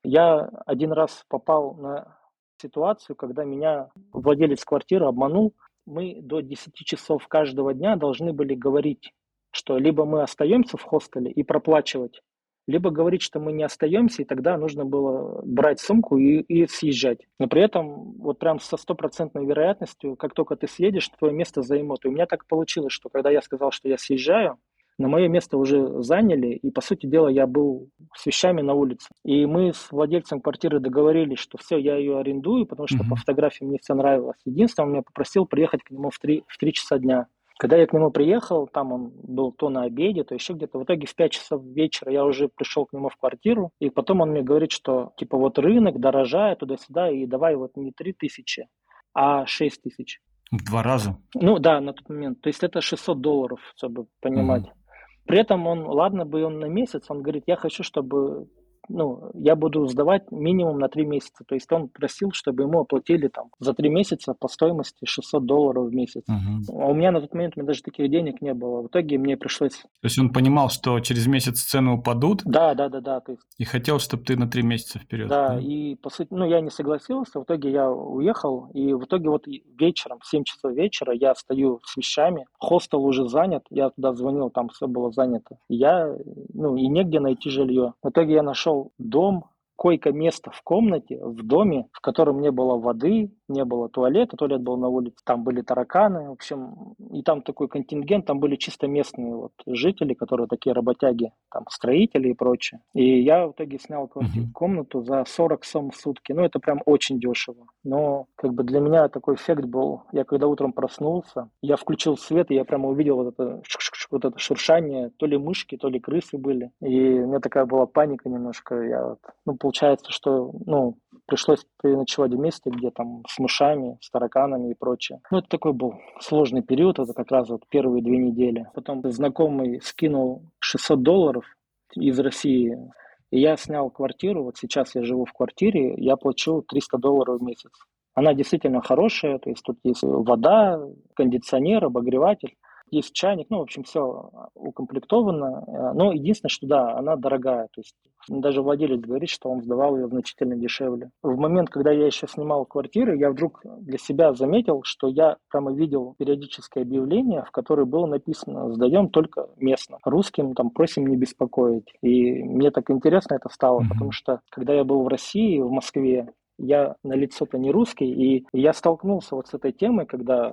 Я один раз попал на ситуацию, когда меня владелец квартиры обманул. Мы до десяти часов каждого дня должны были говорить, что либо мы остаемся в хостеле и проплачивать, либо говорить, что мы не остаемся, и тогда нужно было брать сумку и, и съезжать. Но при этом вот прям со стопроцентной вероятностью, как только ты съедешь, твое место займут. И у меня так получилось, что когда я сказал, что я съезжаю, на мое место уже заняли, и, по сути дела, я был с вещами на улице. И мы с владельцем квартиры договорились, что все, я ее арендую, потому что по Мгм. фотографии мне все нравилось. Единственное, он меня попросил приехать к нему в три, в три часа дня. Когда я к нему приехал, там он был то на обеде, то еще где-то. В итоге в пять часов вечера я уже пришел к нему в квартиру, и потом он мне говорит, что типа вот рынок дорожает туда-сюда, и давай вот не три тысячи, а шесть тысяч. В два раза? Ну да, на тот момент. То есть это шестьсот долларов, чтобы понимать. Мгм. При этом он, ладно бы он на месяц, он говорит, я хочу, чтобы, ну, я буду сдавать минимум на три месяца. То есть он просил, чтобы ему оплатили там за три месяца по стоимости шестьсот долларов в месяц. Мгм. А у меня на тот момент у меня даже таких денег не было. В итоге мне пришлось... То есть он понимал, что через месяц цены упадут, Да, да, да, да. То есть, и хотел, чтобы ты на три месяца вперед, да, да? и по сути, ну, я не согласился, в итоге я уехал, и в итоге вот и вечером, в семь часов вечера я стою с вещами, хостел уже занят, я туда звонил, там все было занято. Я, ну, и негде найти жилье. В итоге я нашел дом, койко-место в комнате, в доме, в котором не было воды, не было туалета, туалет был на улице, там были тараканы, в общем, и там такой контингент, там были чисто местные вот жители, которые такие работяги, там строители и прочее. И я в итоге снял квартиру, Мгм. комнату за сорок сом в сутки, ну это прям очень дешево. Но как бы для меня такой эффект был, я когда утром проснулся, я включил свет, и я прямо увидел вот это, шук-шук-шук, вот это шуршание, то ли мышки, то ли крысы были. И у меня такая была паника немножко, я вот, ну, получается, что, ну, пришлось переночевать в месте, где там с мышами, с тараканами и прочее. Ну, это такой был сложный период, это как раз вот первые две недели. Потом знакомый скинул шестьсот долларов из России, и я снял квартиру, вот сейчас я живу в квартире, я плачу триста долларов в месяц. Она действительно хорошая, то есть тут есть вода, кондиционер, обогреватель. Есть чайник, ну, в общем, все укомплектовано. Э, Но единственное, что да, она дорогая. То есть даже владелец говорит, что он сдавал ее значительно дешевле. В момент, когда я еще снимал квартиры, я вдруг для себя заметил, что я прямо видел периодическое объявление, в котором было написано «Сдаем только местно». Русским там просим не беспокоить. И мне так интересно это стало, потому Мгм. что когда я был в России, в Москве, я на лицо-то не русский, и я столкнулся вот с этой темой, когда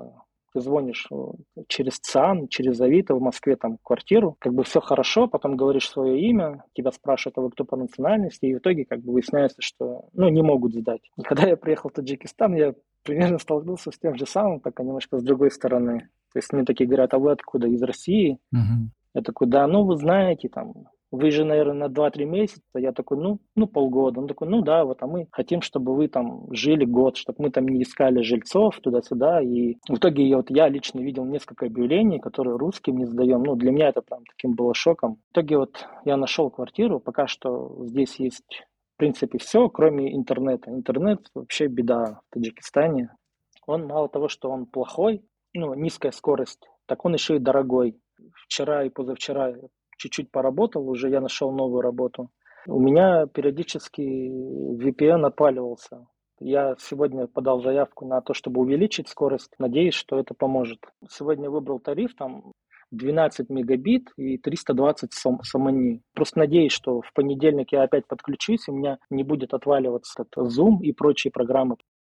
ты звонишь э, через ЦИАН, через Авито в Москве там квартиру, как бы все хорошо, потом говоришь свое имя, тебя спрашивают, а вы кто по национальности, и в итоге как бы выясняется, что ну, не могут сдать. И когда я приехал в Таджикистан, я примерно столкнулся с тем же самым, только немножко с другой стороны. То есть мне такие говорят, а вы откуда? Из России? Мгм. Я такой, да, ну вы знаете, там, вы же, наверное, на два-три месяца. Я такой, ну, ну полгода. Он такой, ну да, вот, а мы хотим, чтобы вы там жили год, чтобы мы там не искали жильцов туда-сюда. И в итоге я, вот, я лично видел несколько объявлений, которые русским не сдаем. Ну, для меня это прям таким было шоком. В итоге вот я нашел квартиру, пока что здесь есть, в принципе, все, кроме интернета. Интернет вообще беда в Таджикистане. Он мало того, что он плохой, ну, низкая скорость, так он еще и дорогой. Вчера и позавчера чуть-чуть поработал, уже я нашел новую работу. У меня периодически ви пи эн отваливался. Я сегодня подал заявку на то, чтобы увеличить скорость. Надеюсь, что это поможет. Сегодня выбрал тариф, там двенадцать мегабит и триста двадцать сом, сомани. Просто надеюсь, что в понедельник я опять подключусь, и у меня не будет отваливаться Zoom и прочие программы.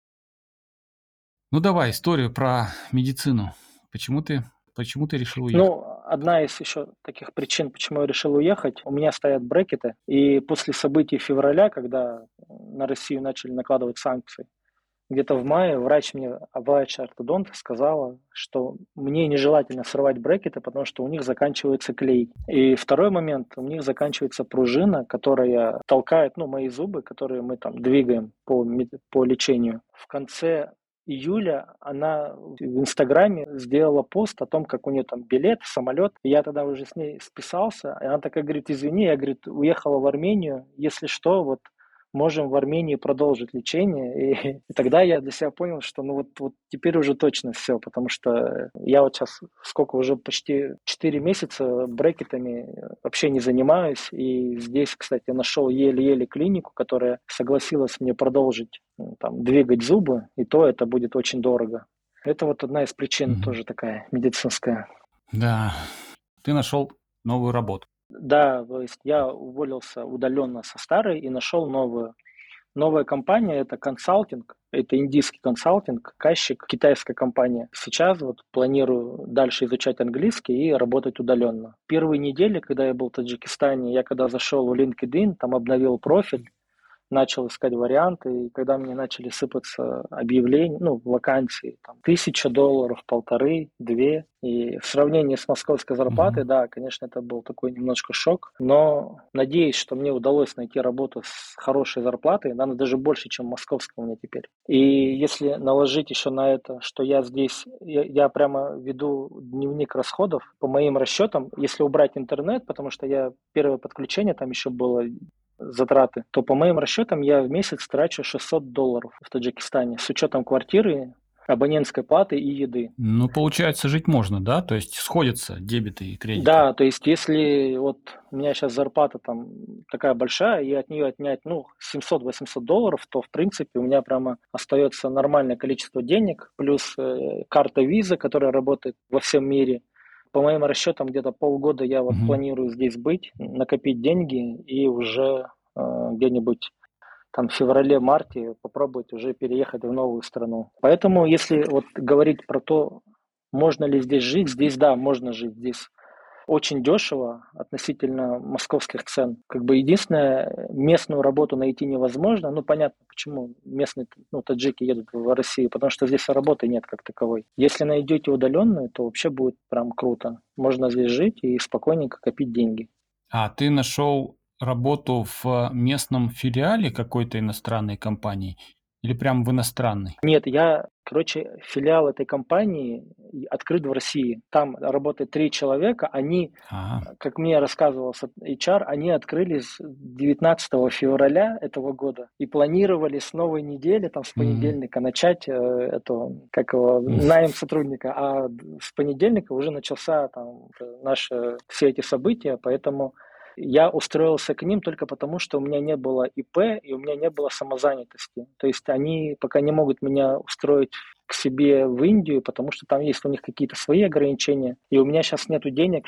Ну давай историю про медицину. Почему ты, почему ты решил уехать? Ну, одна из еще таких причин, почему я решил уехать, у меня стоят брекеты, и после событий февраля, когда на Россию начали накладывать санкции, где-то в мае врач мне, врач-ортодонт сказала, что мне нежелательно срывать брекеты, потому что у них заканчивается клей. И второй момент, у них заканчивается пружина, которая толкает, ну, мои зубы, которые мы там двигаем по, по лечению. В конце июля она в Инстаграме сделала пост о том, как у нее там билет, самолет. И я тогда уже с ней списался, и она такая говорит, извини, я, говорит, уехала в Армению, если что, вот можем в Армении продолжить лечение. И, и тогда я для себя понял, что ну вот, вот теперь уже точно все, потому что я вот сейчас сколько уже почти четыре месяца брекетами вообще не занимаюсь. И здесь, кстати, нашел еле-еле клинику, которая согласилась мне продолжить ну, там, двигать зубы, и то это будет очень дорого. Это вот одна из причин Мгм. тоже такая медицинская. Да, ты нашел новую работу. Да, то есть я уволился удаленно со старой и нашел новую. Новая компания – это консалтинг, это индийский консалтинг, Кащик, китайская компания. Сейчас вот планирую дальше изучать английский и работать удаленно. Первые недели, когда я был в Таджикистане, я когда зашел в LinkedIn, там обновил профиль, начал искать варианты, и когда мне начали сыпаться объявления, ну, вакансии, там, тысяча долларов, полторы, две, и в сравнении с московской зарплатой, Мгм. да, конечно, это был такой немножко шок, но надеюсь, что мне удалось найти работу с хорошей зарплатой, она даже больше, чем московская у меня теперь. И если наложить еще на это, что я здесь, я, я прямо веду дневник расходов, по моим расчетам, если убрать интернет, потому что я первое подключение там еще было затраты, то по моим расчетам я в месяц трачу шестьсот долларов в Таджикистане с учетом квартиры, абонентской платы и еды. Ну, получается, жить можно, да? То есть сходятся дебеты и кредиты. Да, то есть если вот у меня сейчас зарплата там такая большая, и от нее отнять, ну, семьсот-восемьсот долларов, то, в принципе, у меня прямо остается нормальное количество денег, плюс э, карта виза, которая работает во всем мире. По моим расчетам, где-то полгода я вот Мгм. планирую здесь быть, накопить деньги и уже э, где-нибудь там в феврале-марте попробовать уже переехать в новую страну. Поэтому, если вот говорить про то, можно ли здесь жить, здесь да, можно жить. Здесь очень дешево относительно московских цен. Как бы единственное, местную работу найти невозможно. Ну, понятно, почему местные ну, таджики едут в Россию, потому что здесь работы нет как таковой. Если найдете удаленную, то вообще будет прям круто. Можно здесь жить и спокойненько копить деньги. А ты нашел работу в местном филиале какой-то иностранной компании или прям в иностранной? Нет, я, короче, филиал этой компании открыт в России. Там работает три человека. Они, Ага. как мне рассказывал эйч ар, они открылись девятнадцатого февраля этого года и планировали с новой недели, там с М. понедельника начать э, эту, как его, М. найм сотрудника, а с понедельника уже начался там наши все эти события, поэтому я устроился к ним только потому, что у меня не было и пэ, и у меня не было самозанятости. То есть они пока не могут меня устроить к себе в Индию, потому что там есть у них какие-то свои ограничения, и у меня сейчас нету денег,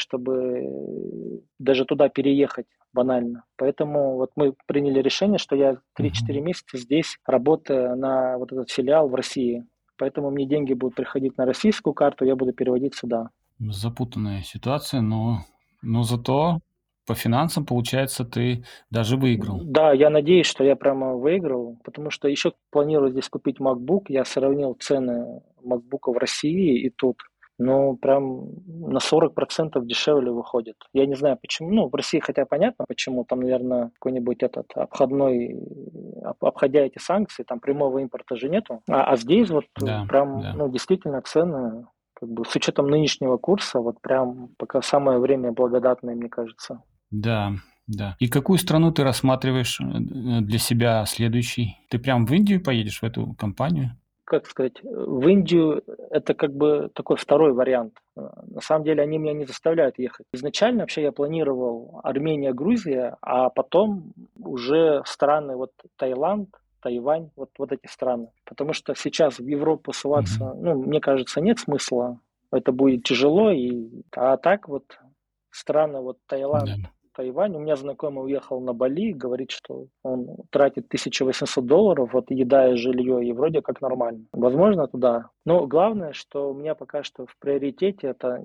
чтобы даже туда переехать банально. Поэтому вот мы приняли решение, что я три-четыре Мгм. месяца здесь, работая на вот этот филиал в России. Поэтому мне деньги будут приходить на российскую карту, я буду переводить сюда. Запутанная ситуация, но, но зато по финансам, получается, ты даже выиграл. Да, я надеюсь, что я прямо выиграл, потому что еще планирую здесь купить MacBook. Я сравнил цены MacBook в России и тут. Ну, прям на сорок процентов дешевле выходит. Я не знаю почему. Ну, в России хотя понятно почему. Там, наверное, какой-нибудь этот обходной, об- обходя эти санкции, там прямого импорта же нету. А, а здесь вот э, Да, прям, да. ну, действительно цены, как бы с учетом нынешнего курса, вот прям пока самое время благодатное, мне кажется. Да, да. И какую страну ты рассматриваешь э, э, для себя следующей? Ты прям в Индию поедешь, в эту компанию? Как сказать, э, в Индию это как бы такой второй вариант. Э, На самом деле они меня не заставляют ехать. Изначально вообще я планировал Армения, Грузия, а потом уже страны, вот Таиланд, Тайвань, вот, вот эти страны. Потому что сейчас в Европу Мгм. ссылаться, ну, мне кажется, нет смысла. Это будет тяжело. И... А так вот страны, вот Да. Таиланд, Тайвань. У меня знакомый уехал на Бали, говорит, что он тратит тысяча восемьсот долларов, вот еда и жилье, и вроде как нормально. Возможно, туда. Но главное, что у меня пока что в приоритете это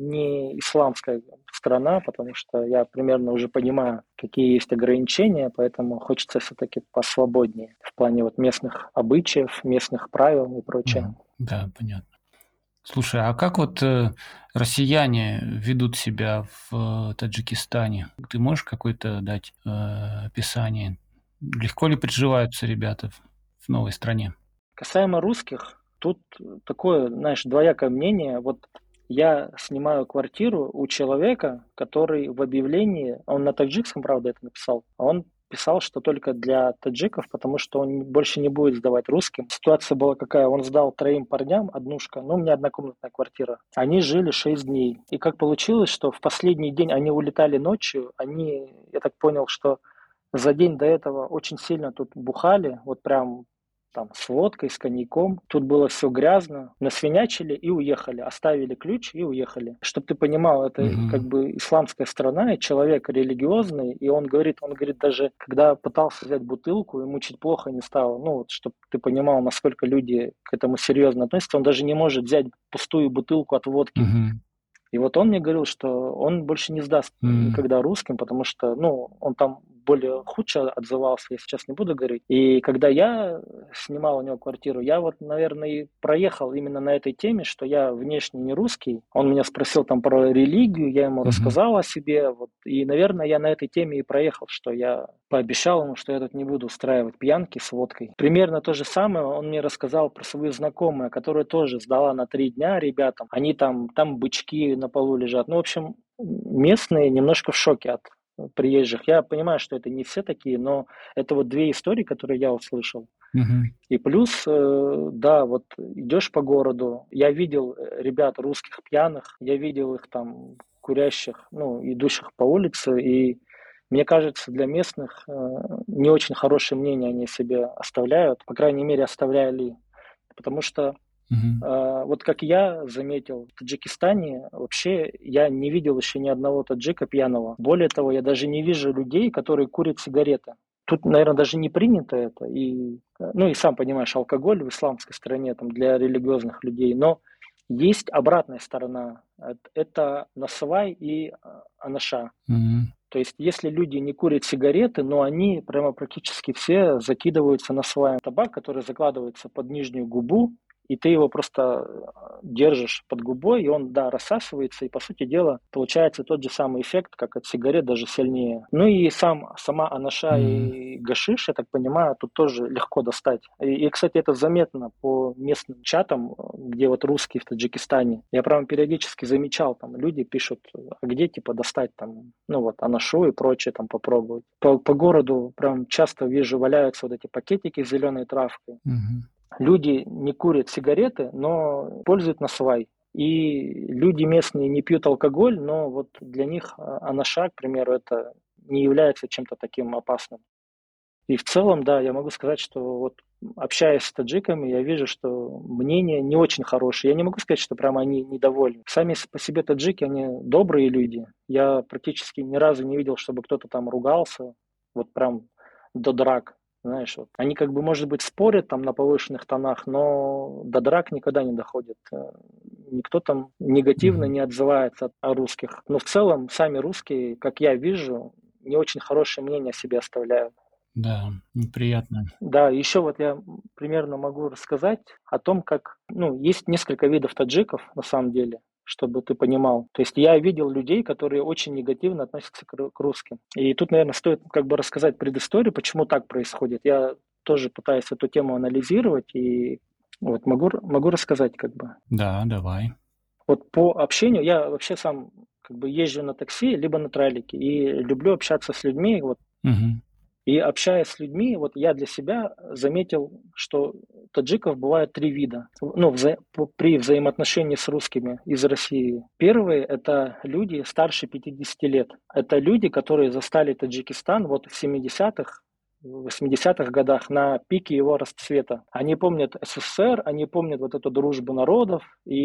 не исламская страна, потому что я примерно уже понимаю, какие есть ограничения, поэтому хочется все-таки посвободнее в плане вот местных обычаев, местных правил и прочее. Мгм. Да, понятно. Слушай, а как вот э, россияне ведут себя в э, Таджикистане? Ты можешь какое-то дать э, описание? Легко ли приживаются ребята в, в новой стране? Касаемо русских, тут такое, знаешь, двоякое мнение. Вот я снимаю квартиру у человека, который в объявлении, он на таджикском, правда, это написал, а он писал, что только для таджиков, потому что он больше не будет сдавать русским. Ситуация была какая? Он сдал троим парням, однушка, ну, у меня однокомнатная квартира. Они жили шесть дней. И как получилось, что в последний день они улетали ночью, они, я так понял, что за день до этого очень сильно тут бухали, вот прям там с водкой, с коньяком. Тут было все грязно. Насвинячили и уехали. Оставили ключ и уехали. Чтобы ты понимал, это как Мгм. бы исламская страна, и человек религиозный, и он говорит, он говорит, даже когда пытался взять бутылку, ему чуть плохо не стало. Ну, вот, чтобы ты понимал, насколько люди к этому серьезно относятся, он даже не может взять пустую бутылку от водки. Мгм. И вот он мне говорил, что он больше не сдаст М. никогда русским, потому что, ну, он там более худше отзывался, я сейчас не буду говорить. И когда я снимал у него квартиру, я вот, наверное, и проехал именно на этой теме, что я внешне не русский. Он меня спросил там про религию, я ему Мгм. рассказал о себе, вот, и, наверное, я на этой теме и проехал, что я пообещал ему, что я тут не буду устраивать пьянки с водкой. Примерно то же самое он мне рассказал про свою знакомую, которая тоже сдала на три дня ребятам. Они там, там бычки на полу лежат. Ну, в общем, местные немножко в шоке от приезжих. Я понимаю, что это не все такие, но это вот две истории, которые я услышал. Мгм. И плюс, э, да, вот идешь по городу, я видел э, ребят русских пьяных, я видел их там курящих, ну, идущих по улице, и мне кажется, для местных э, не очень хорошее мнение они себе оставляют, по крайней мере, оставляли, потому что Мгм. а, вот как я заметил, в Таджикистане вообще я не видел еще ни одного таджика пьяного. Более того, я даже не вижу людей, которые курят сигареты. Тут, наверное, даже не принято это. И, э, ну и сам понимаешь, алкоголь в исламской стране там, для религиозных людей. Но есть обратная сторона. Эт- Это насвай и а, анаша. Мгм. То есть, если люди не курят сигареты, но они прямо практически все закидываются на свай табак, который закладывается под нижнюю губу, и ты его просто э, держишь под губой, и он, да, рассасывается, и, по сути дела, получается тот же самый эффект, как от сигарет, даже сильнее. Ну и сам, сама анаша Мгм. и гашиш, я так понимаю, тут тоже легко достать. И, и, кстати, это заметно по местным чатам, э, где вот русские в Таджикистане. Я прям периодически замечал, там люди пишут, а где типа достать там, ну вот, анашу и прочее там попробовать. По, по городу прям часто вижу, валяются вот эти пакетики с зеленой травкой. Мгм. Люди не курят сигареты, но пользуют насвай. И люди местные не пьют алкоголь, но вот для них а, анаша, к примеру, это не является чем-то таким опасным. И в целом, да, я могу сказать, что вот общаясь с таджиками, я вижу, что мнение не очень хорошее. Я не могу сказать, что прямо они недовольны. Сами с- по себе таджики, они добрые люди. Я практически ни разу не видел, чтобы кто-то там ругался, вот прям до драк, знаешь, вот. Они как бы, может быть, спорят там на повышенных тонах, но до драк никогда не доходит. Э, Никто там негативно Мгм. не отзывается о русских. Но в целом сами русские, как я вижу, не очень хорошее мнение о себе оставляют. Да, неприятно. Да, еще вот я примерно могу рассказать о том, как, ну, есть несколько видов таджиков на самом деле, чтобы ты понимал. То есть я видел людей, которые очень негативно относятся к, ру- к русским. И тут, наверное, стоит как бы рассказать предысторию, почему так происходит. Я тоже пытаюсь эту тему анализировать и вот могу, р- могу рассказать как бы. Да, давай. Вот по общению я вообще сам как бы езжу на такси либо на троллейбусе и люблю общаться с людьми. Вот Мгм. и общаясь с людьми, вот я для себя заметил, что таджиков бывает три вида. Ну, вза- по- при взаимоотношении с русскими из России. Первые– это люди старше пятидесяти лет. Это люди, которые застали Таджикистан вот в семидесятых, в восьмидесятых годах на пике его расцвета. Они помнят СССР, они помнят вот эту дружбу народов,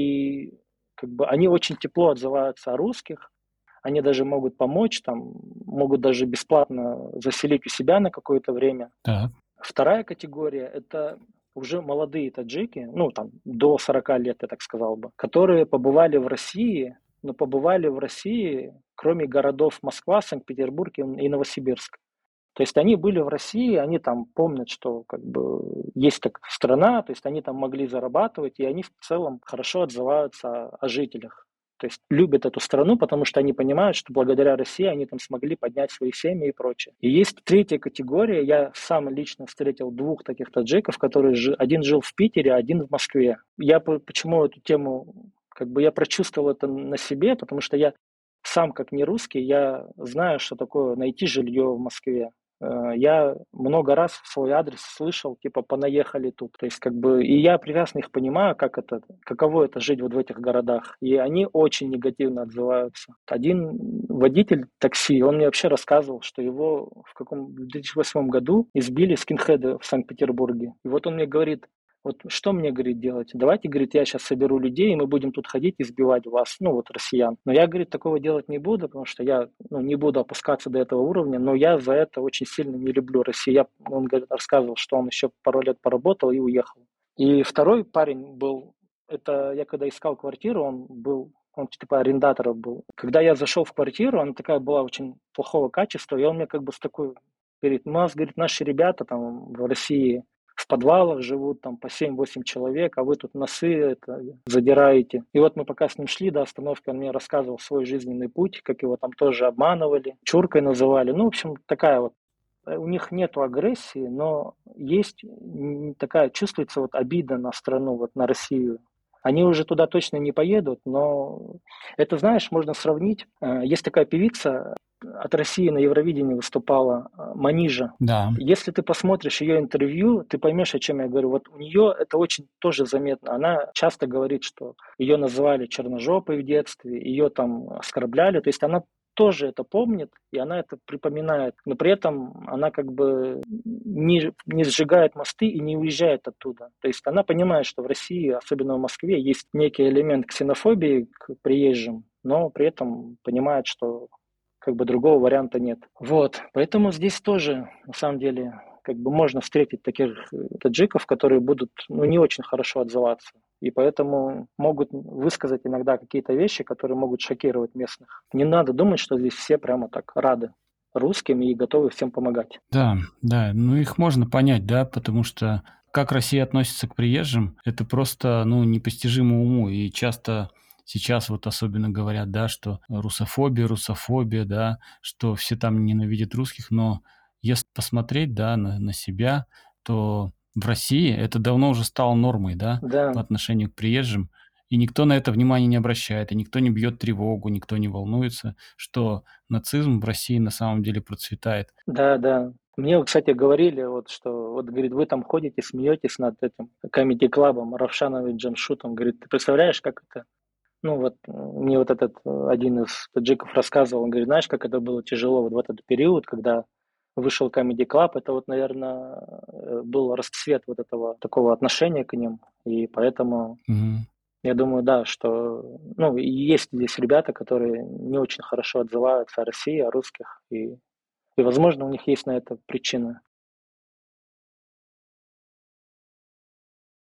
и как бы они очень тепло отзываются о русских. Они даже могут помочь, там, могут даже бесплатно заселить у себя на какое-то время. Так. Вторая категория– это уже молодые таджики, ну, там, до сорока лет, я так сказал бы, которые побывали в России, но побывали в России, кроме городов Москва, Санкт-Петербург и и Новосибирск. То есть они были в России, они там помнят, что как бы есть так страна, то есть они там могли зарабатывать, и они в целом хорошо отзываются о, о жителях. То есть любят эту страну, потому что они понимают, что благодаря России они там смогли поднять свои семьи и прочее. И есть третья категория. Я сам лично встретил двух таких таджиков, которые жи- один жил в Питере, а один в Москве. Я по- почему эту тему, как бы я прочувствовал это на себе, потому что я сам как не русский, я знаю, что такое найти жилье в Москве. Э, Я много раз в свой адрес слышал, типа, понаехали тут. То есть, как бы, и я прекрасно их понимаю, как это, каково это жить вот в этих городах. И они очень негативно отзываются. Один водитель такси, он мне вообще рассказывал, что его в каком в две тысячи восьмом году избили скинхеды в Санкт-Петербурге. И вот он мне говорит, вот что мне, говорит, делать? Давайте, говорит, я сейчас соберу людей, и мы будем тут ходить и избивать вас, ну вот россиян. Но я, говорит, такого делать не буду, потому что я ну, не буду опускаться до этого уровня, но я за это очень сильно не люблю Россию. Я, он говорит, рассказывал, что он еще пару лет поработал и уехал. И второй парень был, это я когда искал квартиру, он был, он типа арендатором был. Когда я зашел в квартиру, она такая была очень плохого качества, и он мне как бы с такой говорит, у нас, говорит, наши ребята там в России в подвалах живут там по семь-восемь человек, а вы тут носы это, задираете. И вот мы пока с ним шли до остановки, он мне рассказывал свой жизненный путь, как его там тоже обманывали, чуркой называли. Ну, в общем, такая вот. Э, У них нету агрессии, но есть м, такая, чувствуется вот обида на страну, вот на Россию. Они уже туда точно не поедут, но это, знаешь, можно сравнить. Э, Есть такая певица, от России на Евровидении выступала, э, Манижа. Да. Если ты посмотришь ее интервью, ты поймешь, о чем я говорю. Вот у нее это очень тоже заметно. Она часто говорит, что ее называли черножопой в детстве, ее там оскорбляли. То есть она тоже это помнит, и она это припоминает. Но при этом она как бы не, не сжигает мосты и не уезжает оттуда. То есть она понимает, что в России, особенно в Москве, есть некий элемент ксенофобии к приезжим, но при этом понимает, что как бы другого варианта нет. Вот, поэтому здесь тоже, на самом деле, как бы можно встретить таких э, таджиков, которые будут, ну, не очень хорошо отзываться. И поэтому могут высказать иногда какие-то вещи, которые могут шокировать местных. Не надо думать, что здесь все прямо так рады русским и готовы всем помогать. Да, да, ну их можно понять, да, потому что как Россия относится к приезжим, это просто, ну, непостижимо уму. И часто сейчас вот особенно говорят, да, что русофобия, русофобия, да, что все там ненавидят русских, но если посмотреть, да, на, на себя, то в России это давно уже стало нормой, да, Да, по отношению к приезжим. И никто на это внимания не обращает, и никто не бьет тревогу, никто не волнуется, что нацизм в России на самом деле процветает. да, да. Мне, вот, кстати, говорили, вот, что, вот, говорит, вы там ходите, смеетесь над этим комедий-клабом Равшаном и Джамшутом. Говорит, ты представляешь, как это. Ну вот э, мне вот этот э, один из таджиков рассказывал, он говорит, знаешь, как это было тяжело вот в этот период, когда вышел Comedy Club, это вот, наверное, был расцвет вот этого такого отношения к ним, и поэтому Мгм. я думаю, да, что, ну, и есть здесь ребята, которые не очень хорошо отзываются о России, о русских, и, и возможно, у них есть на это причины.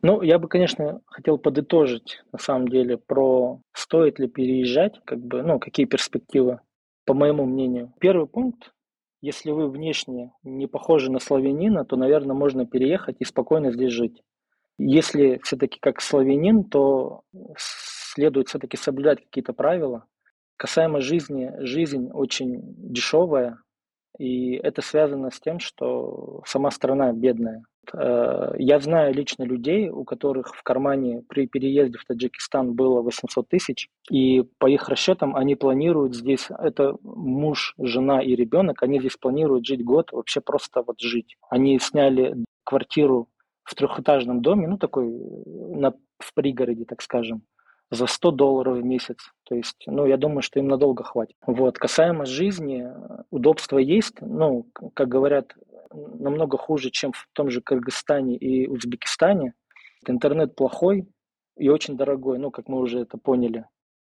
Ну, я бы, конечно, хотел подытожить, на самом деле, про стоит ли переезжать, как бы, ну, какие перспективы, по моему мнению. Первый пункт, если вы внешне не похожи на славянина, то, наверное, можно переехать и спокойно здесь жить. Если все-таки как славянин, то следует все-таки соблюдать какие-то правила. Касаемо жизни, жизнь очень дешевая, и это связано с тем, что сама страна бедная. Э, Я знаю лично людей, у которых в кармане при переезде в Таджикистан было восемьсот тысяч, и по их расчетам они планируют здесь, это муж, жена и ребенок, они здесь планируют жить год, вообще просто вот жить. Они сняли квартиру в трехэтажном доме, ну такой на, в пригороде, так скажем, за сто долларов в месяц. То есть, ну, я думаю, что им надолго хватит. Вот. Касаемо жизни, удобства есть, ну, как говорят, намного хуже, чем в том же Кыргызстане и Узбекистане. Интернет плохой и очень дорогой, ну, как мы уже это поняли.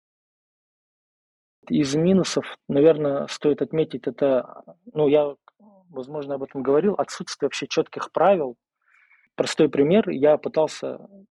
Из минусов, наверное, стоит отметить это, ну, я, возможно, об этом говорил, отсутствие вообще четких правил. Простой пример, я пытался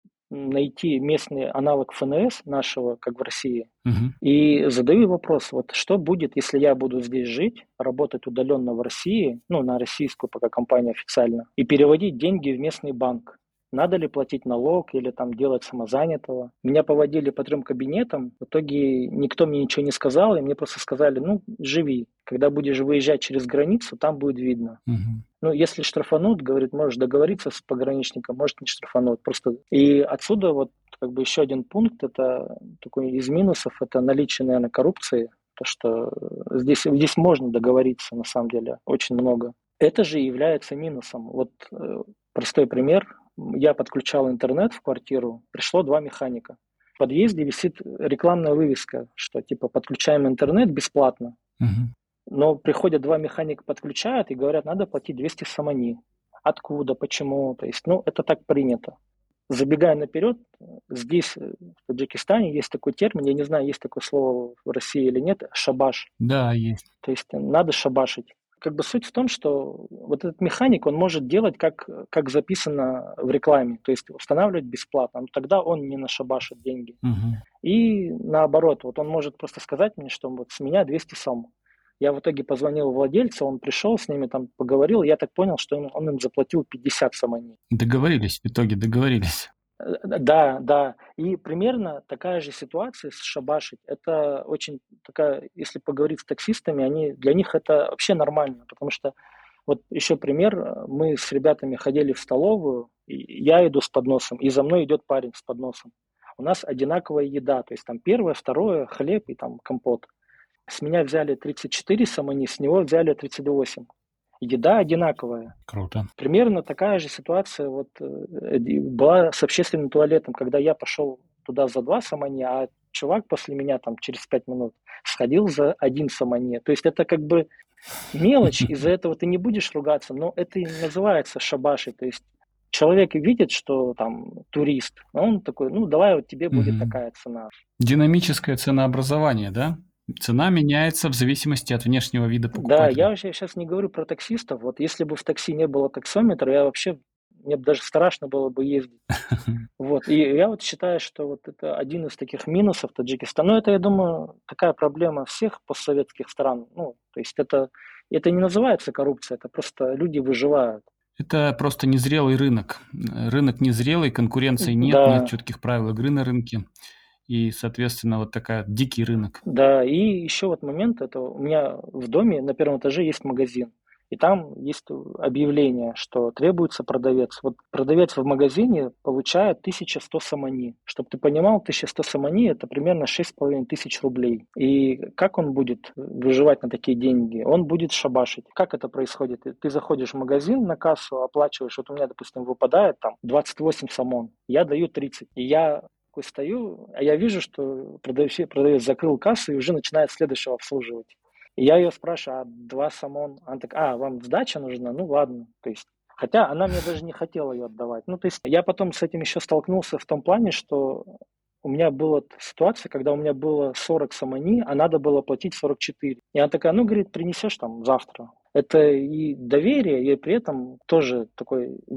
найти местный аналог эф эн эс нашего, как в России, Мгм. и задаю вопрос, вот что будет, если я буду здесь жить, работать удаленно в России, ну, на российскую пока компанию официально, и переводить деньги в местный банк? Надо ли платить налог или там делать самозанятого? Меня поводили по трем кабинетам, в итоге никто мне ничего не сказал, и мне просто сказали, ну, живи. Когда будешь выезжать через границу, там будет видно. Мгм. Ну, если штрафанут, говорит, можешь договориться с пограничником, может не штрафанут. Просто... И отсюда вот как бы еще один пункт, это такой из минусов, это наличие, наверное, коррупции. То, что здесь, здесь можно договориться, на самом деле, очень много. Это же является минусом. Вот э, простой пример. Я подключал интернет в квартиру, пришло два механика. В подъезде висит рекламная вывеска, что типа подключаем интернет бесплатно. Мгм. Но приходят два механика, подключают и говорят, надо платить двести самани. Откуда, почему? То есть, ну, это так принято. Забегая наперед, здесь, в Таджикистане, есть такой термин, я не знаю, есть такое слово в России или нет, шабаш. Да, есть. То есть надо шабашить. Как бы суть в том, что вот этот механик, он может делать, как, как записано в рекламе, то есть устанавливать бесплатно, но тогда он не нашабашит деньги. Мгм. И наоборот, вот он может просто сказать мне, что вот с меня двести сом. Я в итоге позвонил владельцу, он пришел с ними, там поговорил, я так понял, что он, он им заплатил пятьдесят самани. Договорились, в итоге договорились. Э, Да, да. И примерно такая же ситуация с шабашить. Это очень такая, если поговорить с таксистами, они, для них это вообще нормально, потому что вот еще пример, мы с ребятами ходили в столовую, и я иду с подносом, и за мной идет парень с подносом. У нас одинаковая еда, то есть там первое, второе, хлеб и там компот. С меня взяли тридцать четыре самани, с него взяли тридцать восемь. Еда одинаковая. Круто. Примерно такая же ситуация вот э, была с общественным туалетом, когда я пошел туда за два самани, а чувак после меня там через пять минут сходил за один самани. То есть это как бы мелочь, из-за этого ты не будешь ругаться, но это и называется шабаши. То есть человек видит, что там турист, он такой, ну давай вот тебе будет Мгм. такая цена. Динамическое ценообразование, да? Цена меняется в зависимости от внешнего вида Да, покупателя. я вообще сейчас не говорю про таксистов. Вот если бы в такси не было таксометра, я вообще, мне бы даже страшно было бы ездить. Вот. И я вот считаю, что вот это один из таких минусов Таджикистана. Но это, я думаю, такая проблема всех постсоветских стран. Ну, то есть это, это не называется коррупция, это просто люди выживают. Это просто незрелый рынок. Э, Рынок незрелый, конкуренции нет, нет Да, четких правил игры на рынке. И, соответственно, вот такая дикий рынок. да. И еще вот момент, это у меня в доме на первом этаже есть магазин. И там есть объявление, что требуется продавец. Вот продавец в магазине получает тысяча сто самани. Чтобы ты понимал, тысяча сто самани это примерно шесть с половиной тысяч рублей. И как он будет выживать на такие деньги? Он будет шабашить. Как это происходит? Ты заходишь в магазин на кассу, оплачиваешь. Вот у меня, допустим, выпадает там двадцать восемь самон. Я даю тридцать. И я такой стою, а я вижу, что продавец, продавец закрыл кассу и уже начинает следующего обслуживать. И я ее спрашиваю, а два самон? Она так, а, вам сдача нужна? Ну ладно. То есть, хотя она мне даже не хотела ее отдавать. Ну, то есть я потом с этим еще столкнулся в том плане, что у меня была ситуация, когда у меня было сорок самани, а надо было платить сорок четыре. И она такая, ну, говорит, принесешь там завтра. Это и доверие, и при этом тоже такой вид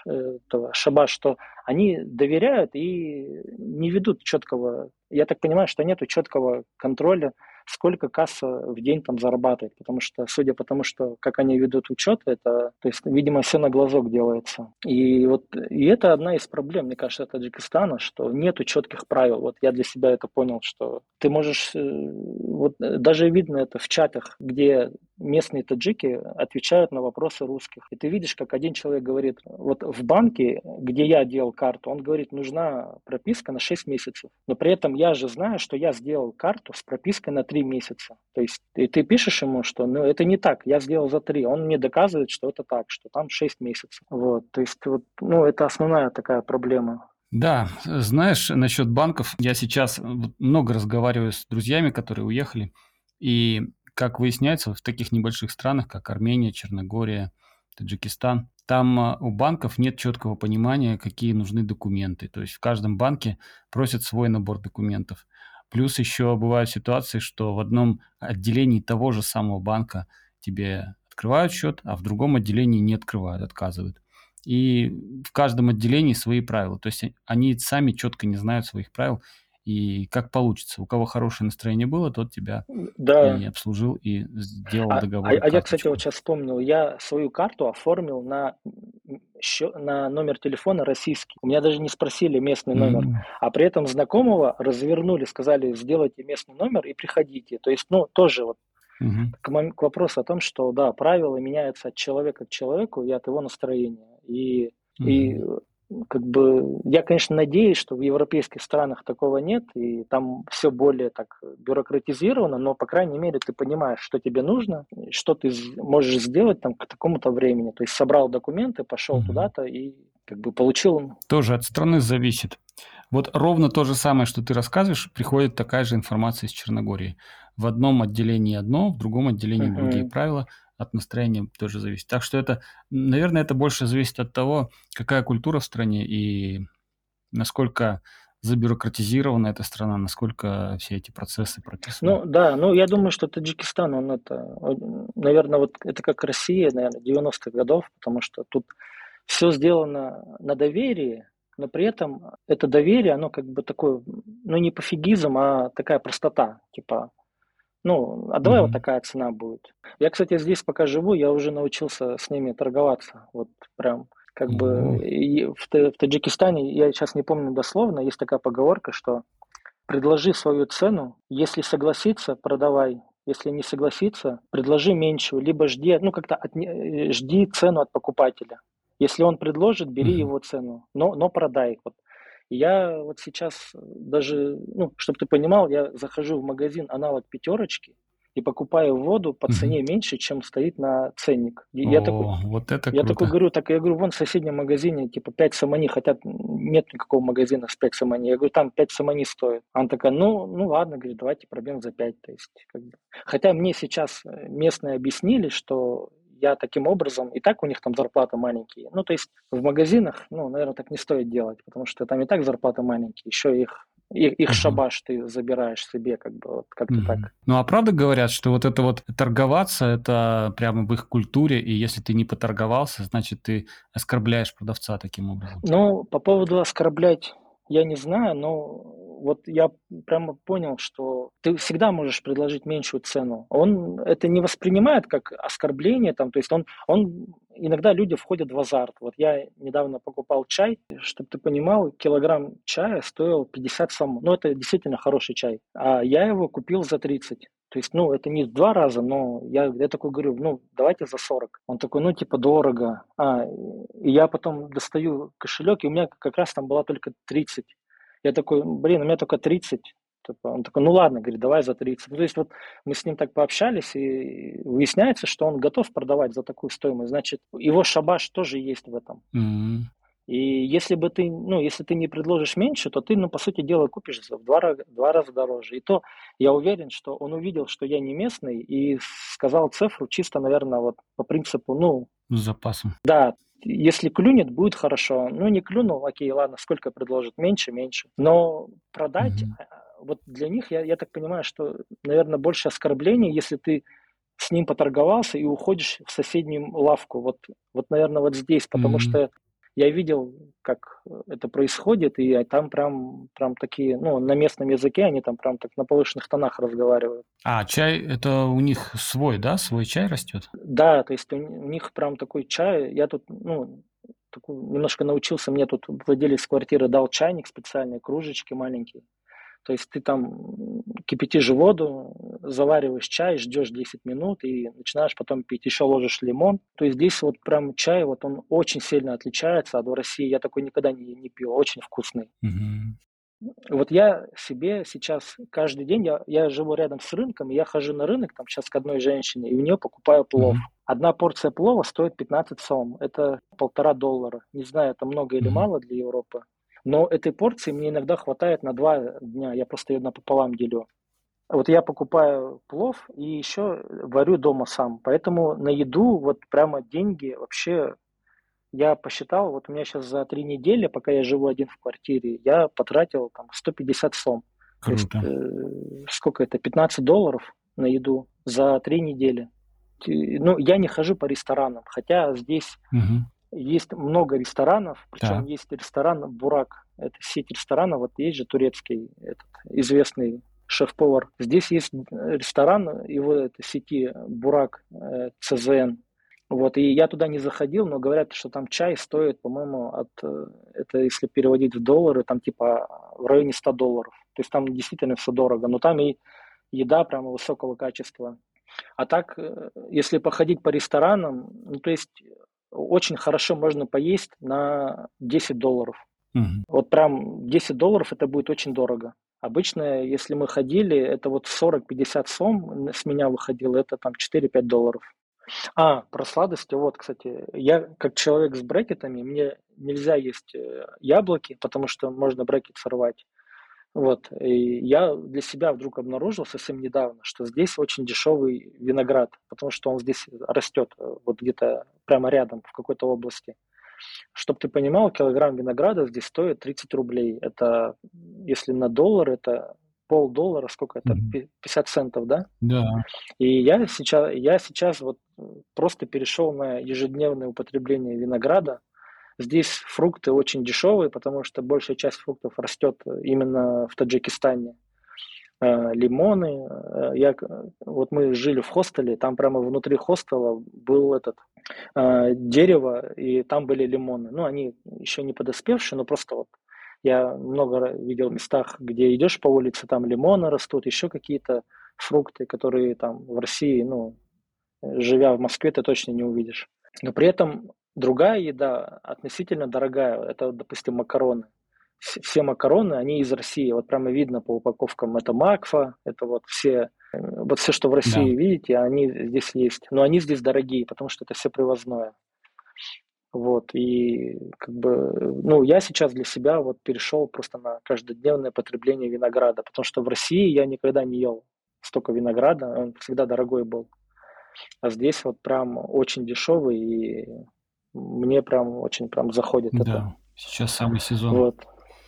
этого Шабаш, что они доверяют и не ведут четкого, я так понимаю, что нету четкого контроля, сколько касса в день там зарабатывает, потому что, судя по тому, что как они ведут учет, это, то есть, видимо, все на глазок делается. И вот и это одна из проблем, мне кажется, Таджикистана, что нету четких правил. Вот я для себя это понял, что ты можешь, вот даже видно это в чатах, где местные таджики отвечают на вопросы русских. И ты видишь, как один человек говорит, вот в банке, где я делал карту, он говорит, нужна прописка на шесть месяцев. Но при этом я же знаю, что я сделал карту с пропиской на три месяца. То есть и ты пишешь ему, что ну, это не так, я сделал за три. Он мне доказывает, что это так, что там шесть месяцев. Вот, то есть вот, ну, это основная такая проблема. Да, знаешь, насчет банков, я сейчас много разговариваю с друзьями, которые уехали, и, как выясняется, в таких небольших странах, как Армения, Черногория, Таджикистан, там у банков нет четкого понимания, какие нужны документы. То есть в каждом банке просят свой набор документов. Плюс еще бывают ситуации, что в одном отделении того же самого банка тебе открывают счет, а в другом отделении не открывают, отказывают. И в каждом отделении свои правила. То есть они сами четко не знают своих правил. И как получится. У кого хорошее настроение было, тот тебя Да. и обслужил, и сделал А, а, договор, а я, кстати, карточку. вот сейчас вспомнил, я свою карту оформил на, счё- на номер телефона российский. У меня даже не спросили местный номер. М. А при этом знакомого развернули, сказали, сделайте местный номер и приходите. То есть, ну, тоже вот Мгм. к, мом- к вопросу о том, что, да, правила меняются от человека к человеку и от его настроения. И, и Мгм. э, как бы я, конечно, надеюсь, что в европейских странах такого нет, и там все более так бюрократизировано, но, по крайней мере, ты понимаешь, что тебе нужно, и что ты з- можешь сделать там к такому-то времени. То есть собрал документы, пошел Мгм. туда-то и как бы получил. Тоже от страны зависит. Вот ровно то же самое, что ты рассказываешь, приходит такая же информация из Черногории. В одном отделении одно, в другом отделении другие Мгм. правила, от настроения тоже зависит. Так что это, наверное, это больше зависит от того, какая культура в стране и насколько забюрократизирована эта страна, насколько все эти процессы прописаны. Ну да, ну я думаю, что Таджикистан, он это, наверное, вот это как Россия, наверное, девяностых годов, потому что тут все сделано на доверии, но при этом это доверие, оно как бы такое, ну не пофигизм, а такая простота, типа, ну, а давай вот Мгм. такая цена будет. Я, кстати, здесь пока живу, я уже научился с ними торговаться, вот прям как бы О, и в, Та- в Таджикистане, я сейчас не помню дословно, есть такая поговорка, что предложи свою цену, если согласится, продавай, если не согласится, предложи меньшую, либо жди, ну как-то отне- э, жди цену от покупателя. Если он предложит, бери мгм. его цену, но, но продай. Вот. Я вот сейчас даже, ну, чтобы ты понимал, я захожу в магазин аналог пятерочки и покупаю воду по Мгм. цене меньше, чем стоит на ценник. И я такой, О, вот это я такой круто. говорю, так я говорю, вон в соседнем магазине типа пять самани, хотя нет никакого магазина с пять самани. Я говорю, там пять самани стоит. Она такая, ну, ну ладно, говорит, давайте пробьем за пять. То есть, как бы. Хотя мне сейчас э, местные объяснили, что я таким образом, и так у них там зарплата маленькие. Ну, то есть в магазинах, ну, наверное, так не стоит делать, потому что там и так зарплата маленькие, еще их, их, их Ага. шабаш ты забираешь себе, как бы, вот как-то так. Мгм. Ну, а правда говорят, что вот это вот торговаться, это прямо в их культуре, и если ты не поторговался, значит, ты оскорбляешь продавца таким образом? Ну, по поводу оскорблять я не знаю, но вот я прямо понял, что ты всегда можешь предложить меньшую цену. Он это не воспринимает как оскорбление, там, то есть он, он иногда люди входят в азарт. Вот я недавно покупал чай, чтобы ты понимал, килограмм чая стоил пятьдесят сом. Ну, это действительно хороший чай. А я его купил за тридцать. То есть, ну, это не в два раза, но я, я такой говорю, ну, давайте за сорок. Он такой, ну, типа, дорого. А, и я потом достаю кошелек, и у меня как раз там была только тридцать. Я такой, блин, у меня только тридцать. Типа, он такой, ну ладно, говорит, давай за тридцать. Ну, то есть вот мы с ним так пообщались, и выясняется, что он готов продавать за такую стоимость. Значит, его шабаш тоже есть в этом. М. И если бы ты, ну, если ты не предложишь меньше, то ты, ну, по сути дела, купишь за в два, ра- два раза дороже. И то я уверен, что он увидел, что я не местный, и сказал цифру чисто, наверное, вот по принципу, ну, С запасом. да, если клюнет, будет хорошо. Ну, не клюнул, окей, ладно, сколько предложит? Меньше, меньше. Но продать, Мгм. а, вот для них, я, я так понимаю, что, наверное, больше оскорблений, если ты с ним поторговался и уходишь в соседнюю лавку. Вот, вот, наверное, вот здесь, потому М. что я видел, как это происходит, и там прям, прям такие, ну, на местном языке они там прям так на повышенных тонах разговаривают. А, чай это у них свой, да? Свой чай растет? Да, то есть у, у них прям такой чай. Я тут, ну, такой, немножко научился, мне тут владелец квартиры дал чайник специальный, кружечки маленькие. То есть ты там кипятишь воду, завариваешь чай, ждешь десять минут и начинаешь потом пить. Еще ложишь лимон. То есть здесь вот прям чай, вот он очень сильно отличается от в России. Я такой никогда не, не пил, очень вкусный. Мгм. Вот я себе сейчас каждый день, я, я живу рядом с рынком, и я хожу на рынок там сейчас к одной женщине, и у нее покупаю плов. Мгм. Одна порция плова стоит пятнадцать сом, это полтора доллара. Не знаю, это много или Мгм. мало для Европы, но этой порции мне иногда хватает на два дня, я просто ее напополам делю. Вот я покупаю плов и еще варю дома сам, поэтому на еду вот прямо деньги вообще я посчитал, вот у меня сейчас за три недели, пока я живу один в квартире, я потратил там сто пятьдесят сом. То есть Круто. э, сколько это, пятнадцать долларов на еду за три недели. Ти- Ну, я не хожу по ресторанам, хотя здесь Мгм. есть много ресторанов, причем Так. есть ресторан «Бурак». Это сеть ресторанов, вот есть же турецкий этот известный шеф-повар. Здесь есть ресторан его это, сети «Бурак», э, Цэ Зэ Эн. Вот, и я туда не заходил, но говорят, что там чай стоит, по-моему, от, э, это если переводить в доллары, там типа в районе ста долларов. То есть там действительно все дорого, но там и еда прямо высокого качества. А так, э, если походить по ресторанам, ну, то есть очень хорошо можно поесть на десять долларов. Мгм. Вот прям десять долларов это будет очень дорого. Обычно, если мы ходили, это вот сорок-пятьдесят сом с меня выходило, это там четыре-пять долларов. А, про сладости, вот, кстати, я как человек с брекетами, мне нельзя есть э, яблоки, потому что можно брекет сорвать. Вот, и я для себя вдруг обнаружил совсем недавно, что здесь очень дешевый виноград, потому что он здесь растет э, вот где-то прямо рядом, в какой-то области. Чтобы ты понимал, килограмм винограда здесь стоит тридцать рублей. Это, если на доллар, это полдоллара, сколько это, Мгм. Пи- пятьдесят центов, да? Да. И я сейчас, я сейчас вот э, просто перешел на ежедневное употребление винограда. Здесь фрукты очень дешевые, потому что большая часть фруктов растет именно в Таджикистане. Э, Лимоны. э, Я, к- вот мы жили в хостеле, там прямо внутри хостела был этот э, дерево, и там были лимоны. Ну, они еще не подоспевшие, но просто вот я много ра- видел местах, где идешь по улице, там лимоны растут, еще какие-то фрукты, которые там в России, ну, э, живя в Москве, ты точно не увидишь. Но при этом другая еда относительно дорогая. Это, допустим, макароны. Вс- Все макароны, они из России. Вот прямо видно по упаковкам. Это макфа, это вот все, э, вот все, что в Да. России видите, они здесь есть. Но они здесь дорогие, потому что это все привозное. Вот, и как бы, ну, я сейчас для себя вот перешел просто на каждодневное потребление винограда, потому что в России я никогда не ел столько винограда, он всегда дорогой был. А здесь вот прям очень дешевый, и мне прям очень прям заходит это. Да. Сейчас самый сезон. Вот.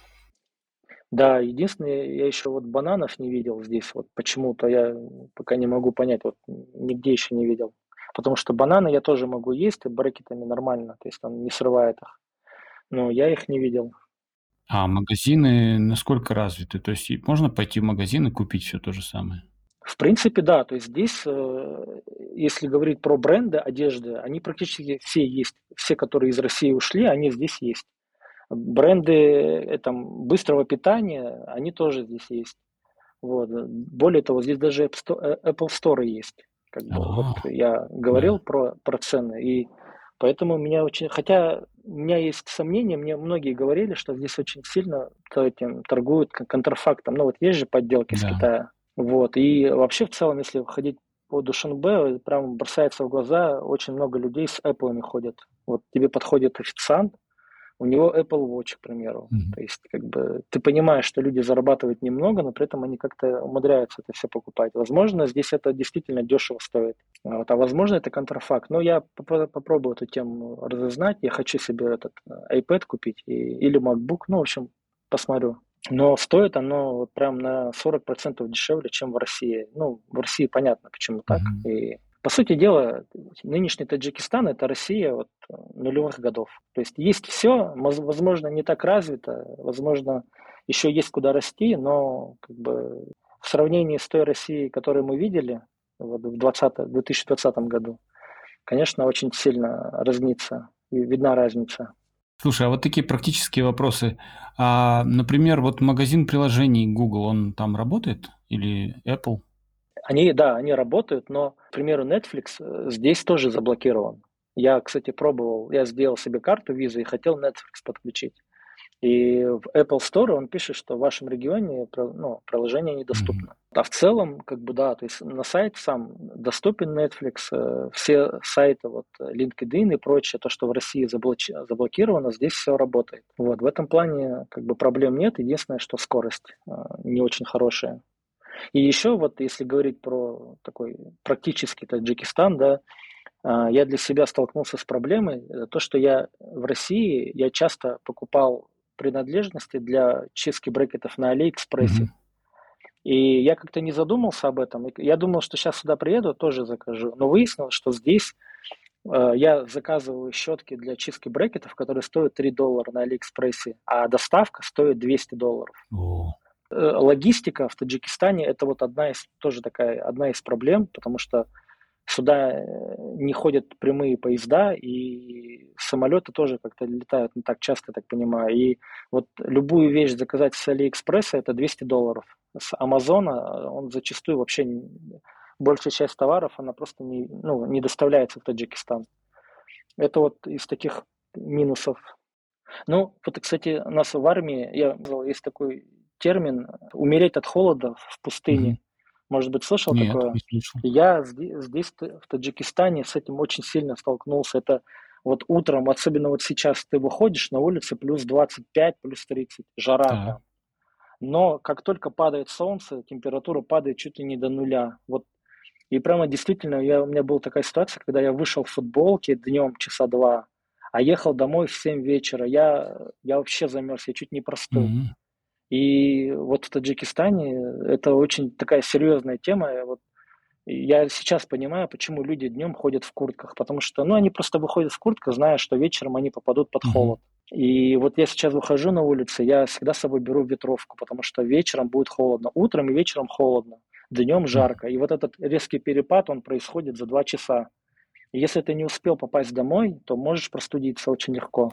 Да, единственное, я еще вот бананов не видел здесь. Вот почему-то я пока не могу понять, вот нигде еще не видел. Потому что бананы я тоже могу есть и брекетами нормально, то есть он не срывает их. Но я их не видел. А магазины насколько развиты? То есть и можно пойти в магазин и купить все то же самое? В принципе, да, то есть здесь, э, если говорить про бренды одежды, они практически все есть. Все, которые из России ушли, они здесь есть. Бренды э, там, быстрого питания, они тоже здесь есть. Вот. Более того, здесь даже App Sto- э, Apple Store есть. Как бы, вот А, я говорил да. про, про цены, и поэтому меня очень... Хотя у меня есть сомнения, мне многие говорили, что здесь очень сильно то этим торгуют кон- контрафактом. Ну вот есть же подделки с Да. Китая. Вот. И вообще в целом, если ходить по Душанбе, прям бросается в глаза, очень много людей с Apple ходят. Вот тебе подходит официант, у него Apple Watch, к примеру. Мгм. То есть, как бы, ты понимаешь, что люди зарабатывают немного, но при этом они как-то умудряются это все покупать. Возможно, здесь это действительно дешево стоит. Вот, а возможно, это контрафакт. Но я поп- попробую эту тему разузнать. Я хочу себе этот э, iPad купить и, или MacBook. Ну, в общем, посмотрю. Но стоит оно вот прям на сорок процентов дешевле, чем в России. Ну, в России понятно, почему так. Мгм. И По сути дела, нынешний Таджикистан – это Россия вот нулевых годов. То есть есть все, возможно, не так развито, возможно, еще есть куда расти, но как бы в сравнении с той Россией, которую мы видели вот, в двадцатом, две тысячи двадцатом году, конечно, очень сильно разнится и видна разница. Слушай, а вот такие практические вопросы. А, например, вот магазин приложений Google, он там работает? Или Apple? Они, да, они работают, но, к примеру, Netflix э, здесь тоже заблокирован. Я, кстати, пробовал, я сделал себе карту визы и хотел Netflix подключить. И в Apple Store он пишет, что в вашем регионе ну, приложение недоступно. Мгм. А в целом, как бы да, то есть на сайт сам доступен Netflix, э, все сайты, вот LinkedIn и прочее, то, что в России заблоч... заблокировано, здесь все работает. Вот, в этом плане как бы проблем нет, единственное, что скорость э, не очень хорошая. И еще вот, если говорить про такой практический Таджикистан, да, а, я для себя столкнулся с проблемой, э, то, что я в России, я часто покупал принадлежности для чистки брекетов на Алиэкспрессе. Мгм. И я как-то не задумался об этом. И я думал, что сейчас сюда приеду, тоже закажу. Но выяснилось, что здесь э, я заказываю щетки для чистки брекетов, которые стоят три доллара на Алиэкспрессе, а доставка стоит двести долларов. О. Э, Логистика в Таджикистане – это вот одна из, тоже такая, одна из проблем, потому что сюда э, не ходят прямые поезда, и самолеты тоже как-то летают не так часто, я так понимаю. И вот любую вещь заказать с Алиэкспресса – это двести долларов. С Амазона э, он зачастую вообще, не- большая часть товаров, она просто не, ну, не доставляется в Таджикистан. Это вот из таких минусов. Ну, вот, кстати, у нас в армии, я, есть такой термин «умереть от холода в пустыне». Мгм. Может быть, слышал Нет, такое? не слышал. Я здесь, здесь, в Таджикистане, с этим очень сильно столкнулся. Это вот утром, особенно вот сейчас ты выходишь на улице, плюс двадцать пять, плюс тридцать, жара Так. прям. Но как только падает солнце, температура падает чуть ли не до нуля. Вот. И прямо действительно, я, у меня была такая ситуация, когда я вышел в футболке днем часа два, а ехал домой в семь вечера. Я, я вообще замерз, я чуть не простыл. Мгм. И вот в Таджикистане это очень такая серьезная тема. Вот я сейчас понимаю, почему люди днем ходят в куртках, потому что, ну, они просто выходят в куртках, зная, что вечером они попадут под Мгм. холод. И вот я сейчас выхожу на улицу, я всегда с собой беру ветровку, потому что вечером будет холодно. Утром и вечером холодно, днем Мгм. жарко. И вот этот резкий перепад, он происходит за два часа. И если ты не успел попасть домой, то можешь простудиться очень легко.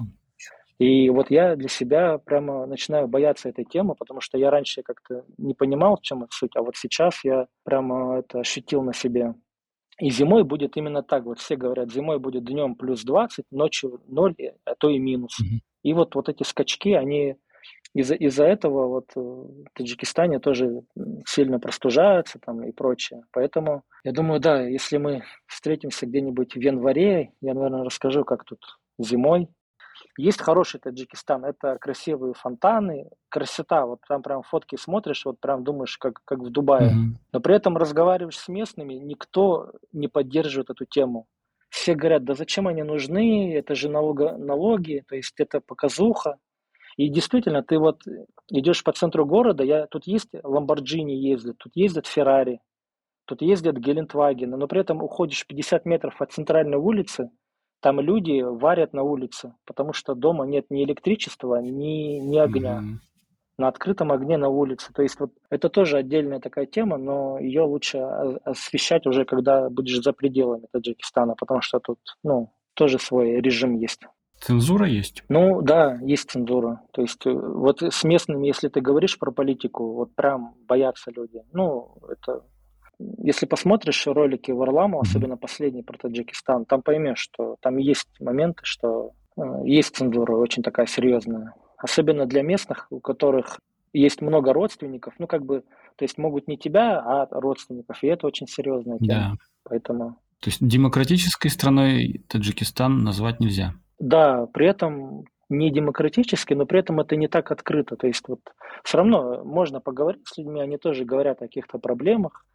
И вот я для себя прямо начинаю бояться этой темы, потому что я раньше как-то не понимал, в чем суть, а вот сейчас я прямо это ощутил на себе. И зимой будет именно так. Вот все говорят, зимой будет днем плюс двадцать, ночью ноль, а то и минус. Мгм. И вот, вот эти скачки, они из-за из-за этого вот э, в Таджикистане тоже м, сильно простужаются там и прочее. Поэтому я думаю, да, если мы встретимся где-нибудь в январе, я, наверное, расскажу, как тут зимой. Есть хороший Таджикистан, это красивые фонтаны, красота, вот там прям фотки смотришь, вот прям думаешь, как, как в Дубае. Мгм. Но при этом разговариваешь с местными, никто не поддерживает эту тему. Все говорят, да зачем они нужны, это же налога, налоги, то есть это показуха. И действительно, ты вот идешь по центру города, я, тут есть Ламборджини ездят, тут ездят Феррари, тут ездят Гелендвагены, но при этом уходишь пятьдесят метров от центральной улицы, там люди варят на улице, потому что дома нет ни электричества, ни, ни огня. Мгм. На открытом огне на улице. То есть вот это тоже отдельная такая тема, но ее лучше о- освещать уже, когда будешь за пределами Таджикистана, потому что тут, ну, тоже свой режим есть. Цензура есть? Ну да, есть цензура. То есть э, вот с местными, если ты говоришь про политику, вот прям боятся люди. Ну, это если посмотришь ролики Варламова, Мгм. особенно последний про Таджикистан, там поймешь, что там есть моменты, что э, есть цензура очень такая серьезная. Особенно для местных, у которых есть много родственников, ну как бы, то есть могут не тебя, а родственников, и это очень серьезная тема. Да. Поэтому, То есть демократической страной Таджикистан назвать нельзя. да, при этом не демократически, но при этом это не так открыто. То есть вот все равно можно поговорить с людьми, они тоже говорят о каких-то проблемах.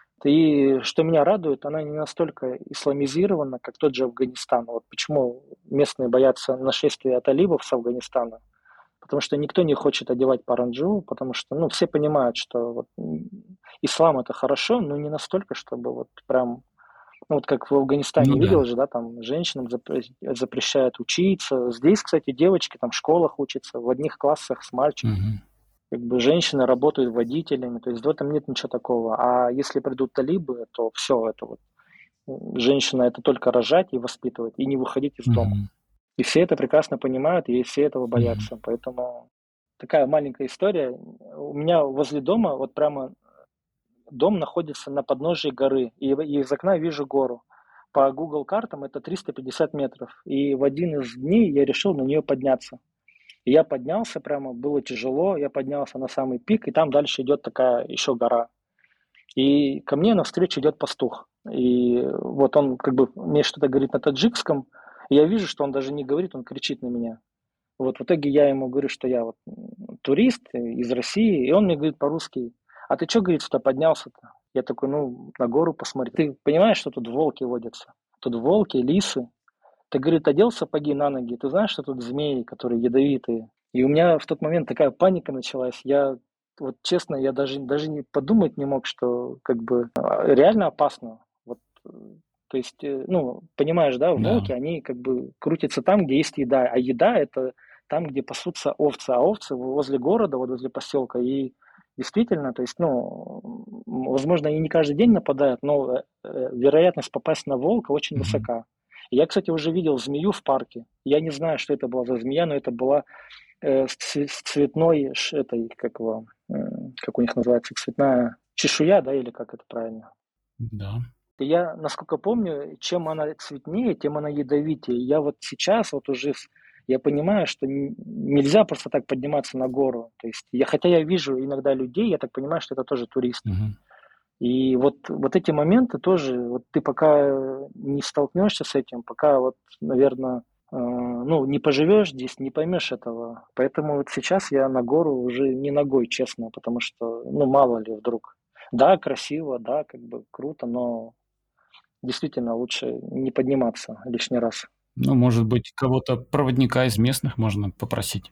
И что меня радует, она не настолько исламизирована, как тот же Афганистан. Вот почему местные боятся нашествия талибов с Афганистана. Потому что никто не хочет одевать паранджу, потому что ну, все понимают, что вот, м, ислам это хорошо, но не настолько, чтобы вот прям Ну, вот как в Афганистане Ну да. видел же, да, там женщинам запре- запрещают учиться. Здесь, кстати, девочки там в школах учатся, в одних классах с мальчиками. Мгм. Как бы женщины работают водителями, то есть в этом нет ничего такого. А если придут талибы, то все это вот. м, Женщина это только рожать и воспитывать, и не выходить из дома. Мгм. И все это прекрасно понимают, и все этого Мгм. боятся. Поэтому такая маленькая история. У меня возле дома, вот прямо дом находится на подножии горы, и в- и из окна вижу гору. По Google картам это триста пятьдесят метров. И в один из дней я решил на нее подняться. И я поднялся прямо, было тяжело, я поднялся на самый пик, и там дальше идет такая еще гора. И ко мне навстречу идет пастух. И вот он как бы мне что-то говорит на таджикском, и я вижу, что он даже не говорит, он кричит на меня. Вот в итоге я ему говорю, что я вот м, турист э, из России, и он мне говорит по-русски: а ты что, говорит, сюда поднялся-то? Я такой, ну, на гору посмотри. Ты понимаешь, что тут волки водятся? Тут волки, лисы. Ты, говорит, одел сапоги на ноги, ты знаешь, что тут змеи, которые ядовитые? И у меня в тот момент такая паника началась. Я вот честно, я даже, даже не подумать не мог, что как бы а, реально опасно. Вот, э, то есть, э, ну, понимаешь, да, Да. волки, они как бы крутятся там, где есть еда, а еда это там, где пасутся овцы, а овцы возле города, вот возле поселка, и действительно, то есть, ну, м, возможно, они не каждый день нападают, но э, э, вероятность попасть на волка очень Мгм. высока. Я, кстати, уже видел змею в парке. Я не знаю, что это была за змея, но это была э, с, цве- с цветной, ш- этой, как его, м, как у них называется, цветная чешуя, да, или как это правильно? Да. И я, насколько помню, чем она цветнее, тем она ядовитее. Я вот сейчас вот уже с- я понимаю, что н- нельзя просто так подниматься на гору. То есть, я, хотя я вижу иногда людей, я так понимаю, что это тоже туристы. Мгм. И вот, вот эти моменты тоже, вот ты пока не столкнешься с этим, пока вот, наверное, ну, не поживешь здесь, не поймешь этого. Поэтому вот сейчас я на гору уже не ногой, честно, потому что, ну, мало ли вдруг. Да, красиво, да, как бы круто, но действительно лучше не подниматься лишний раз. Ну, может быть, кого-то, проводника из местных можно попросить.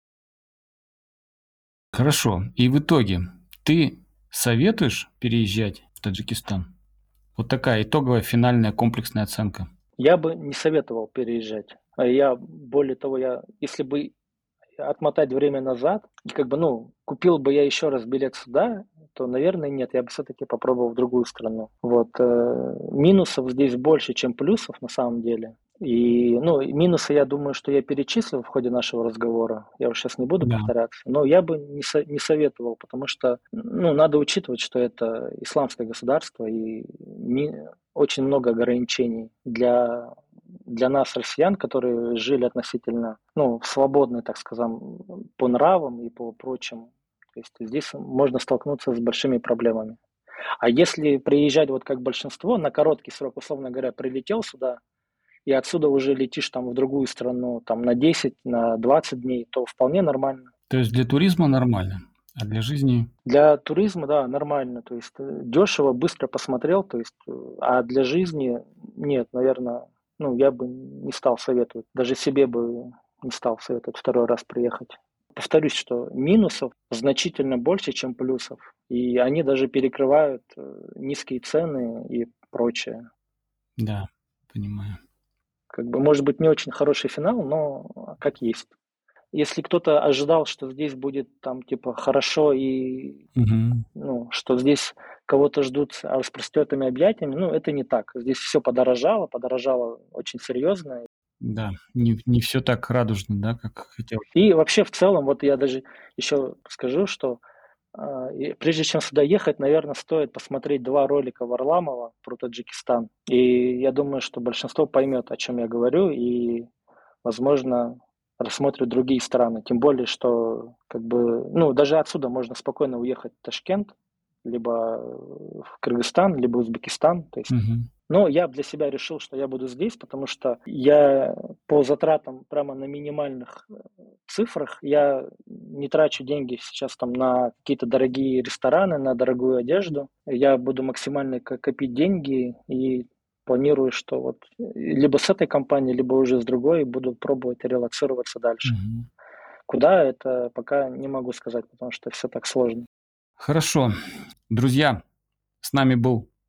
Хорошо. И в итоге ты советуешь переезжать в Таджикистан? Вот такая итоговая финальная комплексная оценка. Я бы не советовал переезжать. А Я, более того, я, если бы отмотать время назад, и как бы, ну, купил бы я еще раз билет сюда, то, наверное, нет, я бы все-таки попробовал в другую страну. Вот. э, Минусов здесь больше, чем плюсов на самом деле. И, ну, и минусы, я думаю, что я перечислил в ходе нашего разговора. Я уже сейчас не буду Да. повторяться. Но я бы не, со- не советовал, потому что, ну, надо учитывать, что это исламское государство, и ми- очень много ограничений для для нас, россиян, которые жили относительно, ну, свободны, так скажем, по нравам и по прочему. То есть здесь можно столкнуться с большими проблемами. А если приезжать вот как большинство, на короткий срок, условно говоря, прилетел сюда, и отсюда уже летишь там в другую страну, там на десять, на двадцать дней, то вполне нормально. То есть для туризма нормально, а для жизни... Для туризма, да, нормально, то есть э, дешево, быстро посмотрел, то есть, э, а для жизни нет, наверное, ну, я бы не стал советовать, даже себе бы не стал советовать второй раз приехать. Повторюсь, что минусов значительно больше, чем плюсов, и они даже перекрывают э, низкие цены и прочее. Да, понимаю. Как бы, может быть, не очень хороший финал, но как есть. Если кто-то ожидал, что здесь будет там типа хорошо и Мгм. ну, что здесь кого-то ждут с распростертыми объятиями, ну, это не так. Здесь все подорожало, подорожало очень серьезно. Да, не, не все так радужно, да, как хотелось. И вообще в целом, вот я даже еще скажу, что а, и прежде чем сюда ехать, наверное, стоит посмотреть два ролика Варламова про Таджикистан. И я думаю, что большинство поймет, о чем я говорю, и, возможно, рассмотрят другие страны. Тем более, что как бы, ну, даже отсюда можно спокойно уехать в Ташкент, либо в Кыргызстан, либо Узбекистан. То есть, Мгм. но я для себя решил, что я буду здесь, потому что я по затратам прямо на минимальных э, цифрах, я не трачу деньги сейчас там на какие-то дорогие рестораны, на дорогую одежду. Я буду максимально ко- копить деньги и планирую, что вот э, либо с этой компанией, либо уже с другой буду пробовать релацироваться дальше. Мгм. Куда это пока не могу сказать, потому что все так сложно. Хорошо. Друзья, с нами был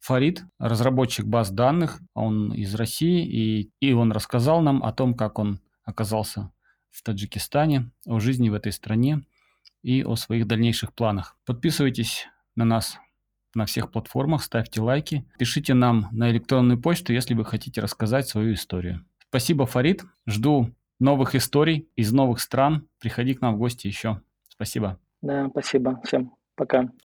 Фарид, разработчик баз данных, он из России, и, и он рассказал нам о том, как он оказался в Таджикистане, о жизни в этой стране и о своих дальнейших планах. Подписывайтесь на нас на всех платформах, ставьте лайки, пишите нам на электронную почту, если вы хотите рассказать свою историю. Спасибо, Фарид. Жду новых историй из новых стран. Приходи к нам в гости еще. Спасибо. Да, спасибо. Всем пока.